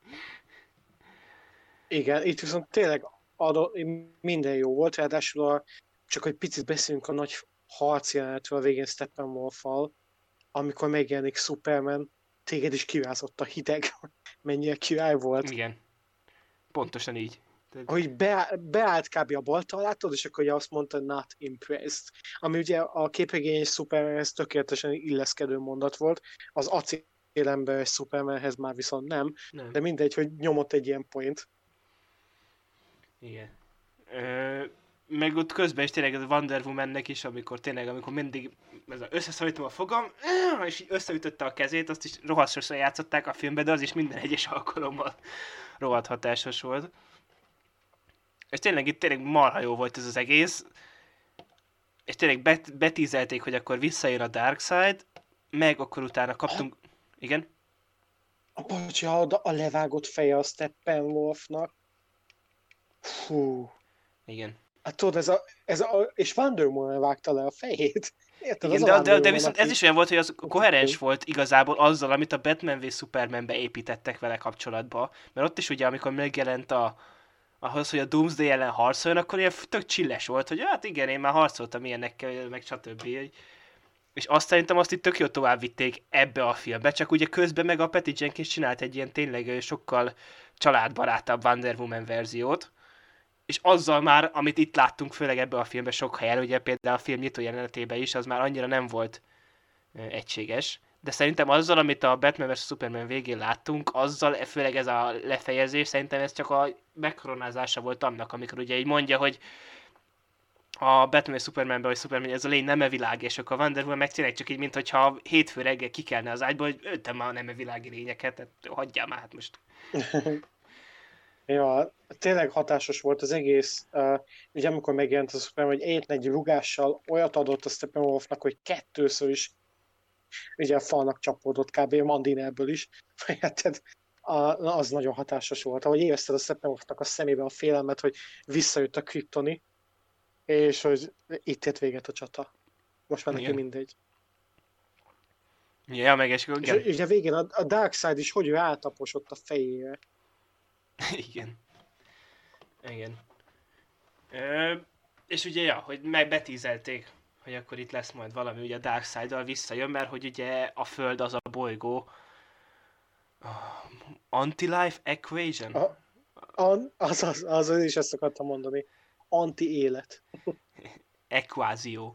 igen, itt viszont tényleg adott, minden jó volt, ráadásul a, csak egy picit beszélünk a nagy harcjelenetről a végén Steppenwolf-al, amikor megjelenik Superman, téged is kirázott a hideg, mennyire király volt. Igen. Pontosan így. Hogy be, beállt kb. A baltal, látod, és akkor ugye azt mondta, not impressed. Ami ugye a képregényes Supermanhez tökéletesen illeszkedő mondat volt, az acélemberes Supermanhez már viszont nem, nem. de mindegy, hogy nyomott egy ilyen point. Igen. Ö, meg ott közben is tényleg ez a Wonder Womannek is, amikor tényleg, amikor mindig ez a, összeszorítom a fogam, és így összeütötte a kezét, azt is rohadt sokszor játszották a filmben, de az is minden egyes alkalommal rohadt hatásos volt. És tényleg itt tényleg marha jó volt ez az egész, és tényleg bet- betízelték, hogy akkor visszajön a Darkseid, meg akkor utána kaptunk... Igen? Bocsánat, a levágott feje a Steppenwolfnak. Fú. Igen. Hát tudod, ez a, ez a, és Wonder Woman vágta le a fejét. Érted? Igen, Az de, a de, de Wonder viszont Woman, ez is olyan volt, hogy az koherens aki- volt igazából azzal, amit a Batman v Supermanbe építettek vele kapcsolatba. Mert ott is ugye, amikor megjelent a, ahhoz, hogy a Doomsday ellen harcoljon, akkor ilyen tök csilles volt, hogy hát igen, én már harcoltam ilyenekkel, meg stb. És azt szerintem azt itt tök jó tovább vitték ebbe a filmbe, csak ugye közben meg a Patty Jenkins csinált egy ilyen tényleg sokkal családbarátabb Wonder Woman verziót, és azzal már, amit itt láttunk, főleg ebbe a filmben sok helyen, ugye például a film nyitó jelenetében is, az már annyira nem volt ö, egységes. De szerintem azzal, amit a Batman versus. Superman végén láttunk, azzal, főleg ez a lefejezés, szerintem ez csak a megkoronázása volt annak, amikor ugye így mondja, hogy a Batman és Supermanben, vagy Superman, ez a lény nem világ, és akkor a Wonder Woman meg tényleg csak így, mintha hétfő reggel kikelne az ágyból, hogy öltem már a nem világi lényeket, tehát hagyjál már hát most. Ja, tényleg hatásos volt az egész. Uh, ugye amikor megjelent a Superman, hogy egyetlen egy rugással olyat adott a Steppenwolfnak, hogy kettőször is ugye a falnak csapódott kb. Mandinerből is. Hát, az nagyon hatásos volt. Ahogy érezted a Steppenwolfnak a szemébe a félelmet, hogy visszajött a Kryptoni, és hogy itt ért véget a csata. Most már neki Igen. mindegy. Ja, meg és És igen. ugye a végén a, a Darkseid is hogy ő áltaposott a fejére. Igen. Igen. Ö, és ugye, ja, hogy meg betízelték, hogy akkor itt lesz majd valami, ugye a Darkseid-dal visszajön, mert hogy ugye a Föld az a bolygó. Ah, Anti-life equation? A, an, az, az, az, az is ezt akartam mondani. Anti-élet. Ekvázió.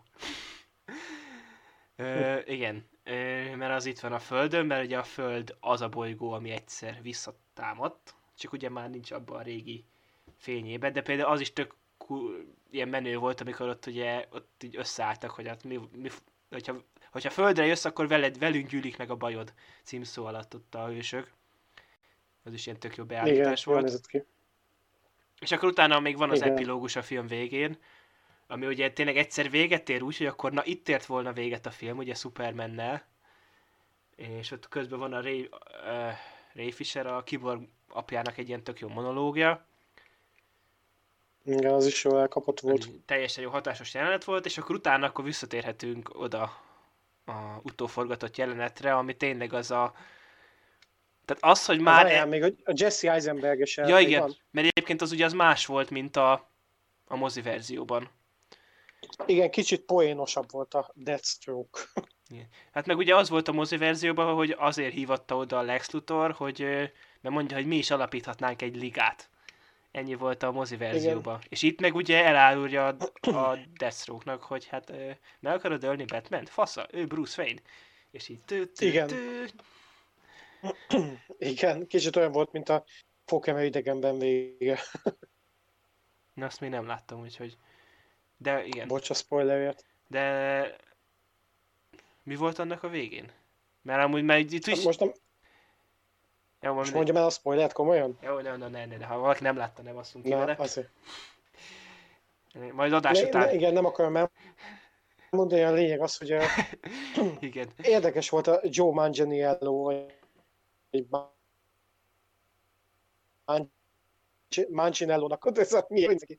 Ö, igen, Ö, mert az itt van a Földön, mert ugye a Föld az a bolygó, ami egyszer visszatámadt, csak ugye már nincs abban a régi fényében, de például az is tök cool, ilyen menő volt, amikor ott ugye ott így összeálltak, hogy hát mi, mi hogyha, hogyha Földre jössz, akkor veled, velünk gyűlik meg a bajod címszó alatt ott a hősök. Az is ilyen tök jó Igen, beállítás jól volt. nézett ki. És akkor utána még van az Igen. epilógus a film végén, ami ugye tényleg egyszer véget ér úgy, hogy akkor na itt ért volna véget a film, ugye Supermannel, és ott közben van a Ray, uh, Ray Fisher, a Cyborg apjának egy ilyen tök jó monológia. Igen, az is jól elkapott volt. Ami teljesen jó hatásos jelenet volt, és akkor utána akkor visszatérhetünk oda a utóforgatott jelenetre, ami tényleg az a... Tehát az, hogy már... Várjál, még a Jesse Eisenberg-es Ja igen, van. mert egyébként az ugye az más volt, mint a, a mozi verzióban. Igen, kicsit poénosabb volt a Deathstroke. Igen. Hát meg ugye az volt a mozi verzióban, hogy azért hívatta oda a Lex Luthor, hogy, ö, mert mondja, hogy mi is alapíthatnánk egy ligát. Ennyi volt a mozi verzióban. És itt meg ugye elárulja a, a Deathstroke-nak, hogy hát ö, meg akarod ölni Batman-t? Fasza, ő Bruce Wayne. És így tő, tő, Igen. tő. Igen, kicsit olyan volt, mint a Pokémon idegenben vége. Na, azt még nem láttam, úgyhogy... De igen. Bocs a spoilerért. De... Mi volt annak a végén? Mert amúgy már itt is... Most nem, Jó, most most mondjam el a spoilert komolyan? Jó, ne, ne, ne, ne, ne, ha valaki nem látta, ne basszunk ki Na, vele. azért. Majd adás Ne, után. ne, igen, nem akarom elmondani, a lényeg az, hogy uh, Igen. érdekes volt a Joe Manganiello, vagy Manganiello-nak, ez a mi neki.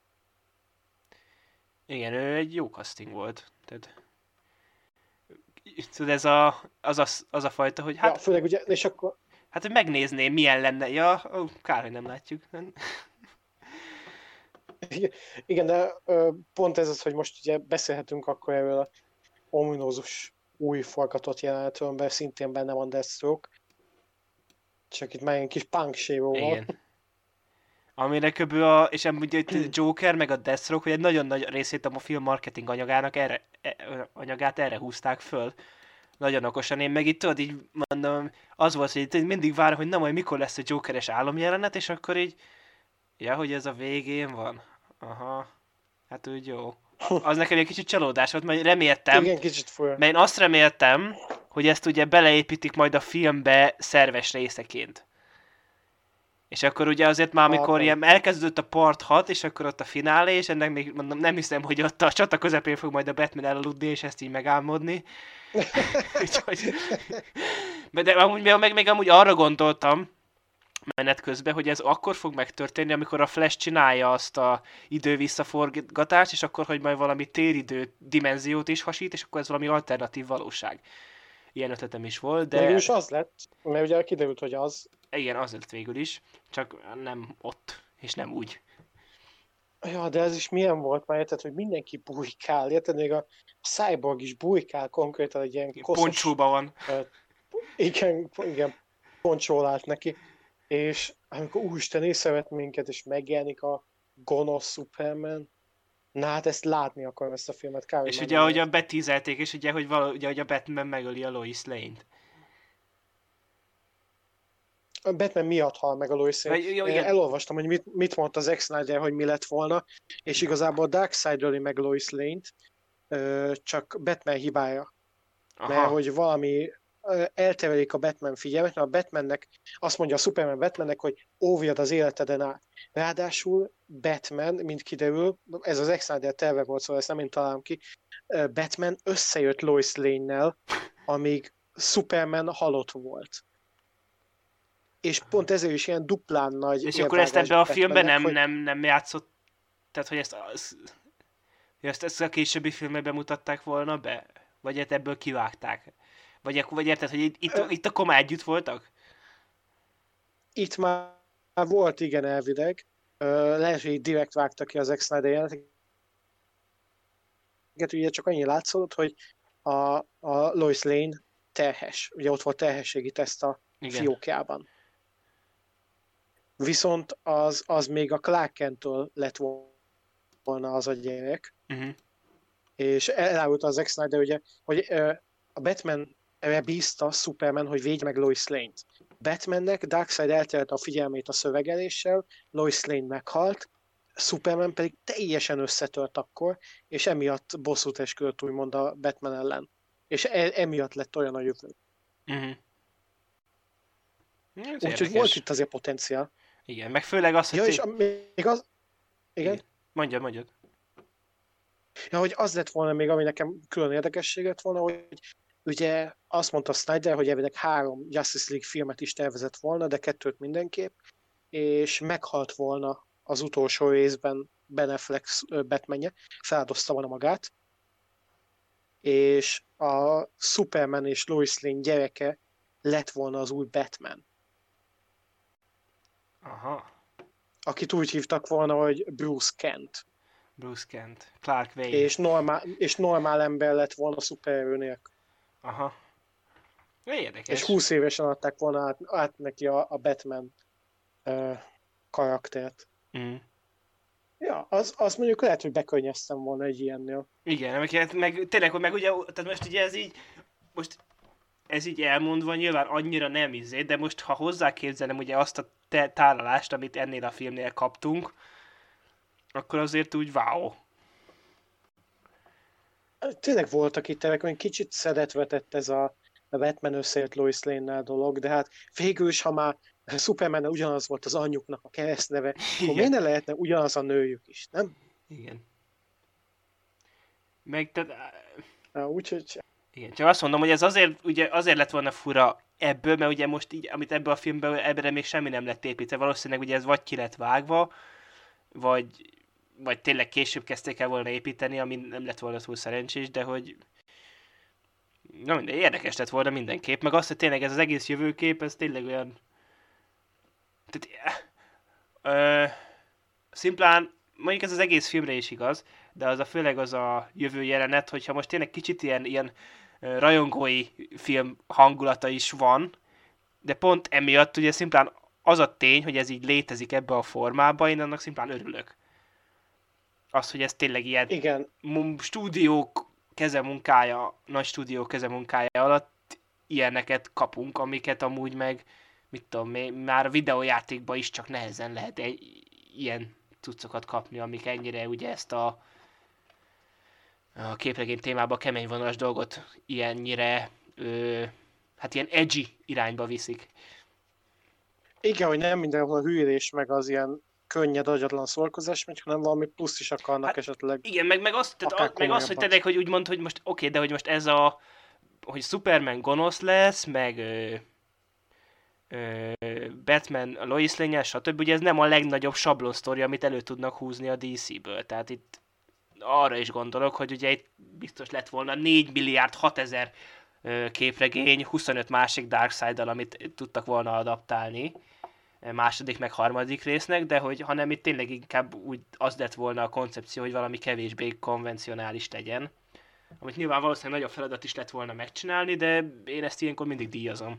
Igen, ő egy jó casting volt. Tehát... Tudod, ez a, az, a, az a fajta, hogy hát, Ja, főleg ugye, és akkor hát hogy megnézném, milyen lenne. Ja, ó, kár, hogy nem látjuk. igen, de ö, pont ez az, hogy most ugye beszélhetünk akkor erről a ominózus új forgatott jelenetről, mert szintén benne van Deathstroke. Csak itt már egy kis punk sévóval. Igen. Amire köbő a, és amúgy a Joker meg a Deathstroke, hogy egy nagyon nagy részét a film marketing anyagának erre, e, anyagát erre húzták föl. Nagyon okosan. Én meg itt tudod, így mondom, az volt, hogy itt mindig várom, hogy na majd mikor lesz a Jokeres álomjelenet, és akkor így, ja, hogy ez a végén van. Aha, hát úgy jó. Az nekem egy kicsit csalódás volt, mert reméltem, Igen, kicsit folyam. mert én azt reméltem, hogy ezt ugye beleépítik majd a filmbe szerves részeként. És akkor ugye azért már, amikor Hát, ilyen elkezdődött a part hat, és akkor ott a finálé, és ennek még mondom, nem hiszem, hogy ott a csata közepén fog majd a Batman elaludni, és ezt így megálmodni. Úgyhogy... De amúgy, meg, meg amúgy arra gondoltam, menet közben, hogy ez akkor fog megtörténni, amikor a Flash csinálja azt a idő-visszaforgatást, és akkor, hogy majd valami téridő dimenziót is hasít, és akkor ez valami alternatív valóság. Ilyen ötletem is volt, de... Végül is az lett, mert ugye kiderült, hogy az. Igen, az lett végül is, csak nem ott, és nem úgy. Ja, de ez is milyen volt már, érted, hogy mindenki bujkál, érted, még a Cyborg is bujkál konkrétan egy ilyen koszos... Poncsóban van. Uh, igen, igen, poncsól állt neki. És amikor úristen észrevett minket, és megjelenik a gonosz Superman, na hát ezt látni akarom, ezt a filmet. Kár, És ugye, ahogy a betízelték, és ugye, hogy, való, ugye, hogy a Batman megöli a Lois Lane-t. A Batman miatt hal meg a Lois Lane. Vagy, jó, igen. Elolvastam, hogy mit, mit mondta Zack Snyder, hogy mi lett volna, és igazából a Darkseid öli meg Lois Lane-t, csak Batman hibája. Aha. Mert hogy valami elterelik a Batman figyelmet, mert a Batmannek azt mondja a Superman Batmannek, hogy óvjad az életeden át. Ráadásul Batman, mint kiderül, ez az Zack Snyder terve volt, szóval ezt nem én találom ki, Batman összejött Lois Lane-nel, amíg Superman halott volt. És pont ezért is ilyen duplán nagy... És akkor ezt ebbe a filmben nem, hogy... nem, nem játszott, tehát hogy ezt, az, ezt, ezt a későbbi filmben bemutatták volna be? Vagy hát ebből kivágták? Vagy, vagy érted, hogy itt, itt, itt akkor már együtt voltak? Itt már volt, igen, elvileg. Lehet, hogy direkt vágtak ki az Zack Snyder jelenetet. ugye csak annyi látszott, hogy a, a Lois Lane terhes. Ugye ott volt terhességi teszt a Igen. fiókjában. Viszont az, az még a Clark Kent-től lett volna az a gyerek. Uh-huh. És elárulta az Zack Snyder, ugye, hogy ö, a Batman erre bízta Superman, hogy védj meg Lois Lane-t. Batmannek Darkseid elterelte a figyelmét a szövegeléssel, Lois Lane meghalt, Superman pedig teljesen összetört akkor, és emiatt bosszút esküdött úgymond a Batman ellen. És e- emiatt lett olyan a jövő. Uh-huh. Úgyhogy volt itt azért potenciál. Igen, meg főleg az, hogy... Ja, ti... és a, még az... Igen? Igen. Mondjad, mondjad. Ja, hogy az lett volna még, ami nekem külön érdekesség lett volna, hogy ugye azt mondta Snyder, hogy elvileg három Justice League filmet is tervezett volna, de kettőt mindenképp, és meghalt volna az utolsó részben Ben Affleck Batmanje, feláldozta volna magát, és a Superman és Lois Lane gyereke lett volna az új Batman. Aha. Akit úgy hívtak volna, hogy Bruce Kent. Bruce Kent. Clark Wayne. És normál, és normál ember lett volna szupererő nélkül. Aha. Érdekes. És húsz évesen adták volna át, át neki a, a Batman uh, karaktert. Mm. Ja, az, az mondjuk lehet, hogy bekönnyeztem volna egy ilyennél. Igen, meg, meg tényleg, hogy meg ugye, tehát most ugye ez így, most ez így elmondva nyilván annyira nem izé, de most ha hozzáképzelem ugye azt a te- tálalást, amit ennél a filmnél kaptunk, akkor azért úgy wow. Tényleg voltak itt terek, hogy kicsit szedetvetett ez a Batman összejött Lois Lane-nel dolog, de hát végül is, ha már Superman ugyanaz volt az anyjuknak a keresztneve, akkor miért ne lehetne ugyanaz a nőjük is, nem? Igen. Meg tehát... Úgyhogy... Igen, csak azt mondom, hogy ez azért, ugye azért lett volna fura ebből, mert ugye most így, amit ebből a filmből, ebből még semmi nem lett építve, valószínűleg ugye ez vagy ki lett vágva, vagy, vagy tényleg később kezdték el volna építeni, ami nem lett volna túl szerencsés, de hogy na minden, érdekes lett volna mindenképp, meg azt, hogy tényleg ez az egész jövőkép, ez tényleg olyan tehát, ö, szimplán, mondjuk ez az egész filmre is igaz, de az a főleg az a jövő jelenet, hogyha most tényleg kicsit ilyen, ilyen rajongói film hangulata is van, de pont emiatt ugye szimplán az a tény, hogy ez így létezik ebbe a formába, én annak szimplán örülök. Az, hogy ez tényleg ilyen Igen. stúdiók kezemunkája, nagy stúdiók kezemunkája alatt ilyeneket kapunk, amiket amúgy meg, mit tudom, már a videójátékban is csak nehezen lehet egy ilyen cuccokat kapni, amik ennyire ugye ezt a a képregény témában kemény vonalas dolgot ilyennyire, ö, hát ilyen edgy irányba viszik. Igen, hogy nem mindenhol a hűlés, meg az ilyen könnyed, agyatlan szorkozás megy, hanem valami plusz is akarnak hát, esetleg. Igen, meg, meg azt, tehát a, meg azt hogy tényleg, hogy úgy mond, hogy most oké, okay, de hogy most ez a, hogy Superman gonosz lesz, meg ö, ö, Batman a Lois Lane-jel, stb. Ugye ez nem a legnagyobb sablon sztori, amit elő tudnak húzni a dé cé-ből. Tehát itt arra is gondolok, hogy ugye itt biztos lett volna négy milliárd hatezer képregény, huszonöt másik Darkseid-dal, amit tudtak volna adaptálni második meg harmadik résznek, de hogy hanem itt tényleg inkább úgy az lett volna a koncepció, hogy valami kevésbé konvencionális legyen. Amit nyilván valószínűleg nagyobb feladat is lett volna megcsinálni, de én ezt ilyenkor mindig díjazom.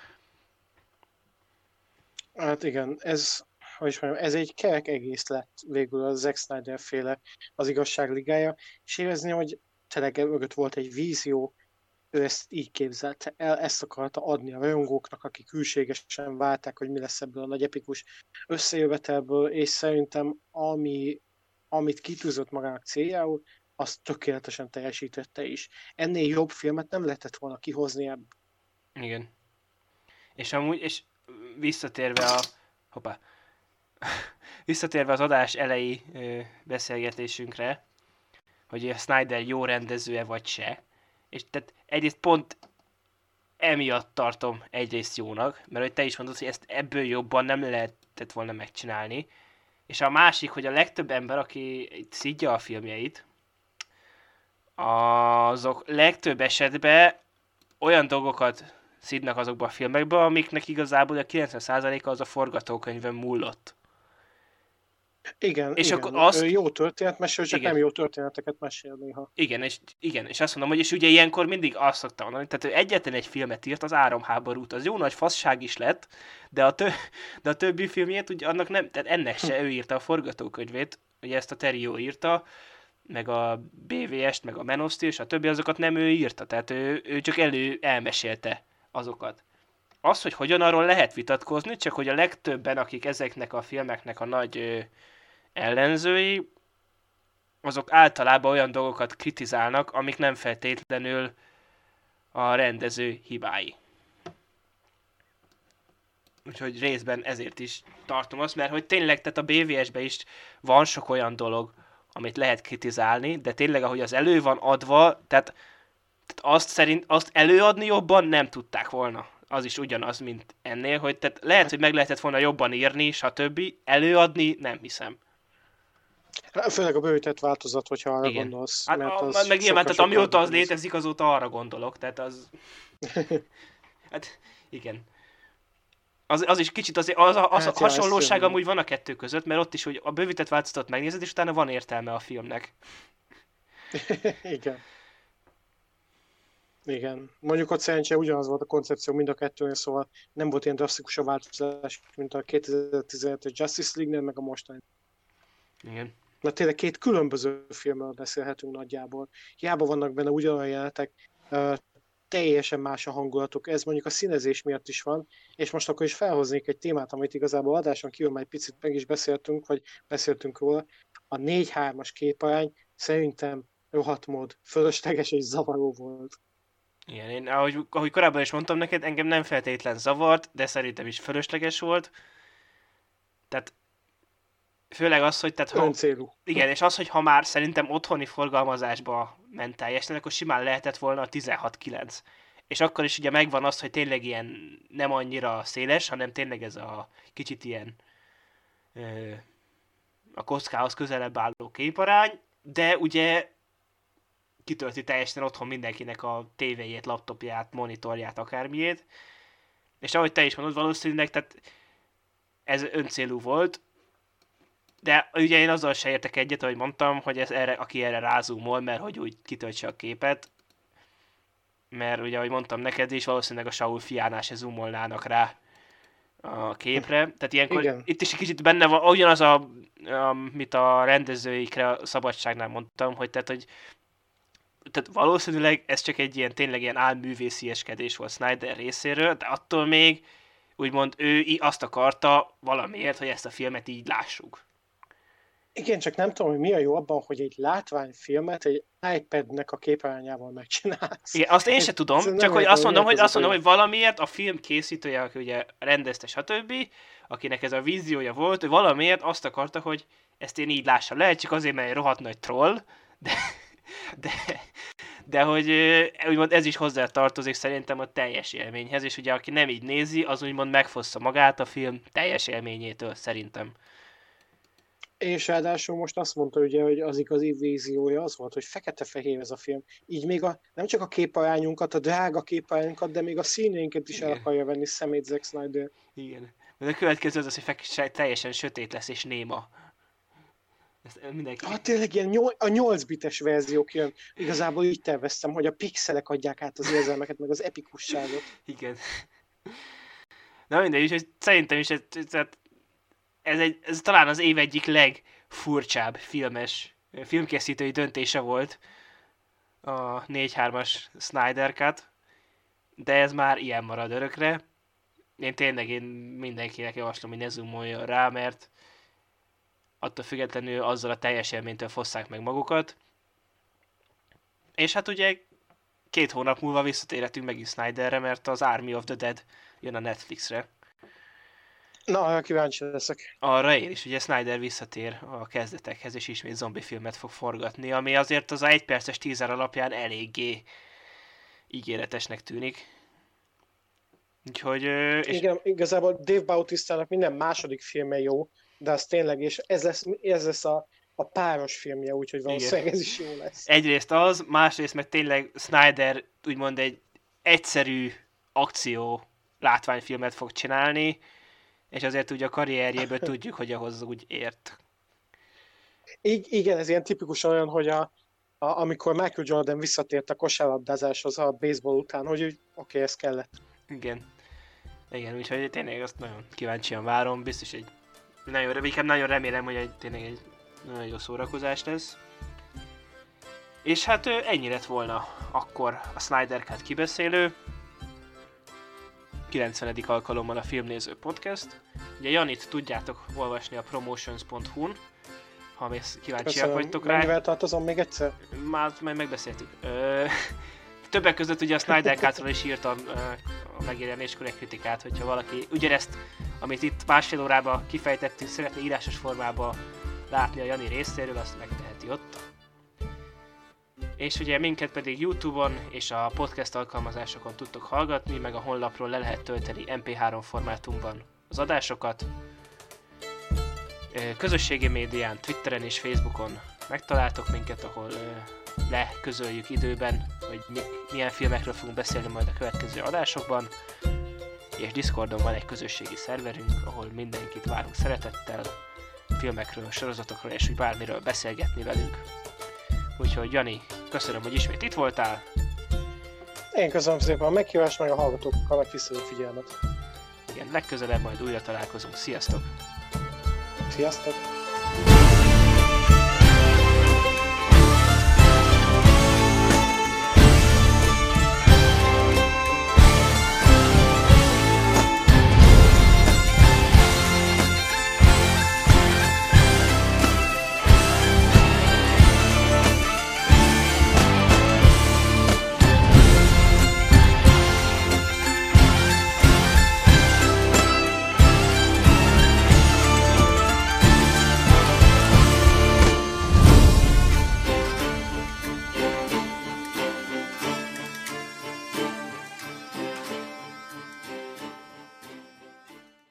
Hát igen, ez, hogy is mondjam, ez egy kerek egész lett végül a Zack Snyder féle az igazság ligája, és érezni, hogy tényleg mögött volt egy vízió, ő ezt így képzelte el, ezt akarta adni a rajongóknak, akik hűségesen várták, hogy mi lesz ebből a nagy epikus összejövetelből, és szerintem ami, amit kitűzött magának céljául, azt tökéletesen teljesítette is. Ennél jobb filmet nem lehetett volna kihozni ebből. Igen. És amúgy, és visszatérve a... Hoppá. visszatérve az adás elejé ö, beszélgetésünkre, hogy a Snyder jó rendezője vagy se, és tehát egyrészt pont emiatt tartom egyrészt jónak, mert hogy te is mondod, hogy ezt ebből jobban nem lehetett volna megcsinálni, és a másik, hogy a legtöbb ember, aki szidja a filmjeit, azok legtöbb esetben olyan dolgokat szidnak azokba a filmekbe, amiknek igazából a kilencven százaléka az a forgatókönyvön múlott. Igen, És igen. akkor Ő azt, jó történetmesélő, csak igen, nem jó történeteket mesél néha. igen, és, igen, és azt mondom, hogy és ugye ilyenkor mindig azt szoktam mondani, tehát ő egyetlen egy filmet írt, az Áramháborút, az jó nagy fasság is lett, de a, tö, de a többi filmjét, ugye annak nem, tehát ennek se ő írta a forgatókönyvét, ugye ezt a Terrio írta, meg a bé vé est, meg a Menoszt és a többi, azokat nem ő írta, tehát ő, ő csak elő elmesélte azokat. Az, hogy hogyan, arról lehet vitatkozni, csak hogy a legtöbben, akik ezeknek a filmeknek a nagy ö, ellenzői, azok általában olyan dolgokat kritizálnak, amik nem feltétlenül a rendező hibái. Úgyhogy részben ezért is tartom azt, mert hogy tényleg, tehát a bé vé es-ben is van sok olyan dolog, amit lehet kritizálni, de tényleg, ahogy az elő van adva, tehát, tehát azt szerint, azt előadni jobban nem tudták volna. Az is ugyanaz, mint ennél, hogy tehát lehet, hogy meg lehetett volna jobban írni, stb. Előadni nem hiszem. Hát, főleg a bővített változat, hogyha arra Igen. gondolsz. Hát, Mert a, az meg nyilván, tehát sokkal amióta az sokkal létezik, azóta arra gondolok, tehát az... Hát, igen. Az, az is kicsit, az, az, a, az Hát a ja, hasonlóság ezt amúgy van a kettő között, mert ott is, hogy a bővített változatot megnézed, és utána van értelme a filmnek. Igen. Igen. Mondjuk ott szerencsére ugyanaz volt a koncepció mind a kettőnél, szóval nem volt ilyen drasztikus a változás, mint a kétezer-tizenhetes Justice League-nél, meg a mostani. Igen. Mert tényleg két különböző filmről beszélhetünk nagyjából. Hiába vannak benne ugyanolyan jelenetek, uh, teljesen más a hangulatok. Ez mondjuk a színezés miatt is van, és most akkor is felhoznék egy témát, amit igazából adáson kívül már egy picit meg is beszéltünk, vagy beszéltünk róla. A négy hármas képarány szerintem rohadt mód fölösleges és zavaró volt. Igen, én, ahogy, ahogy korábban is mondtam neked, engem nem feltétlen zavart, de szerintem is fölösleges volt. Tehát főleg az, hogy tehát ha, Öncélú. igen, és az, hogy ha már szerintem otthoni forgalmazásba ment teljesen, akkor simán lehetett volna a tizenhat kilenc. És akkor is ugye megvan az, hogy tényleg ilyen nem annyira széles, hanem tényleg ez a kicsit ilyen ö, a kockához közelebb álló képarány, de ugye kitölti teljesen otthon mindenkinek a tévéjét, laptopját, monitorját, akármiét. És ahogy te is mondod, valószínűleg tehát ez öncélú volt, de ugye én azzal se értek egyet, ahogy mondtam, hogy ez erre, aki erre rázumol, mert hogy úgy kitöltse a képet, mert ugye, ahogy mondtam neked is, valószínűleg a Saul fiánál se zoomolnának rá a képre. Tehát ilyenkor Igen. itt is egy kicsit benne van, ugyanaz, a, amit a rendezőikre a szabadságnál mondtam, hogy tehát, hogy tehát valószínűleg ez csak egy ilyen tényleg ilyen álművészieskedés volt Snyder részéről, de attól még úgymond ő azt akarta valamiért, hogy ezt a filmet így lássuk. Igen, csak nem tudom, hogy mi a jó abban, hogy egy látványfilmet egy iPad-nek a képernyőjával megcsinálsz. Igen, azt én se tudom, Szóval csak nem hogy értem, azt mondom, hogy, miért azt mondom, az hogy valamiért a film készítője, aki ugye rendezte, stb., akinek ez a víziója volt, ő valamiért azt akarta, hogy ezt én így lássam. Lehet csak azért, mert egy rohadt nagy troll, de, de, de hogy úgymond ez is hozzá tartozik szerintem a teljes élményhez, és ugye aki nem így nézi, az úgymond megfossza magát a film teljes élményétől, szerintem. És ráadásul most azt mondta ugye, hogy az igazi víziója az volt, hogy fekete-fehér ez a film. Így még a, nem csak a képarányunkat, a drága képarányunkat, de még a színeinket is el Igen. akarja venni szemét Zack Snyder. Igen. De a következő az az, hogy fek- teljesen sötét lesz és néma. Ezt mindenki... Hát tényleg ilyen nyol, a nyolc bites verziók jön. Igazából így terveztem, hogy a pixelek adják át az érzelmeket, meg az epikusságot. Igen. Na mindegy, úgyhogy szerintem is ez, ez, egy, ez talán az év egyik legfurcsább filmes, filmkészítői döntése volt a négy hármas Snyder Cut, de ez már ilyen marad örökre. Én tényleg én mindenkinek javaslom, hogy ne zoomoljon rá, mert attól függetlenül azzal a teljes élménytől fosszák meg magukat. És hát ugye két hónap múlva visszatérhetünk megint Snyderre, mert az Army of the Dead jön a Netflixre. Na, arra kíváncsi leszek. Arra én is, ugye Snyder visszatér a kezdetekhez, és ismét zombi filmet fog forgatni, ami azért az egy perces teaser alapján eléggé ígéretesnek tűnik. Úgyhogy... És... Igen, igazából Dave Bautista-nak minden második filme jó, de az tényleg, és ez lesz, ez lesz a, a páros filmje, úgyhogy valószínűleg ez is jó lesz. Egyrészt az, másrészt meg tényleg Snyder úgymond egy egyszerű akció látványfilmet fog csinálni, és azért ugye a karrierjéből tudjuk, hogy ahhoz úgy ért. I- igen, ez ilyen tipikusan olyan, hogy a, a, amikor Michael Jordan visszatért a kosárlabdázáshoz a baseball után, hogy oké, okay, ez kellett. Igen. Igen, úgyhogy tényleg azt nagyon kíváncsian várom, biztos egy nagyon, inkább nagyon remélem, hogy egy, tényleg egy nagyon jó szórakozás lesz. És hát ennyi lett volna akkor a Snyder Cut kibeszélő. kilencvenedik alkalommal a Filmnéző Podcast. Ugye Janit tudjátok olvasni a promotions pont hu-n, ha még kíváncsiak Köszönöm. vagytok rá. Mennyivel tartozom még egyszer? Már, már megbeszéltük. Ö, többek között ugye a Snyder Cut-ról is írtam ö, a megjelenéskor egy kritikát, hogyha valaki ugyanezt, amit itt másfél órában kifejtettünk, szeretné írásos formában látni a Jani részéről, azt megteheti ott. És ugye minket pedig YouTube-on és a podcast alkalmazásokon tudtok hallgatni, meg a honlapról le lehet tölteni em pé három formátumban az adásokat. Közösségi médián, Twitteren és Facebookon megtaláltok minket, ahol leközöljük időben, hogy mi, milyen filmekről fogunk beszélni majd a következő adásokban. És Discordon van egy közösségi szerverünk, ahol mindenkit várunk szeretettel, filmekről, sorozatokról és úgy bármiről beszélgetni velünk. Úgyhogy Jani, köszönöm, hogy ismét itt voltál. Én köszönöm szépen a meghívást, meg a hallgatókkal a tisztelő figyelmet. Igen, legközelebb majd újra találkozunk. Sziasztok! Sziasztok!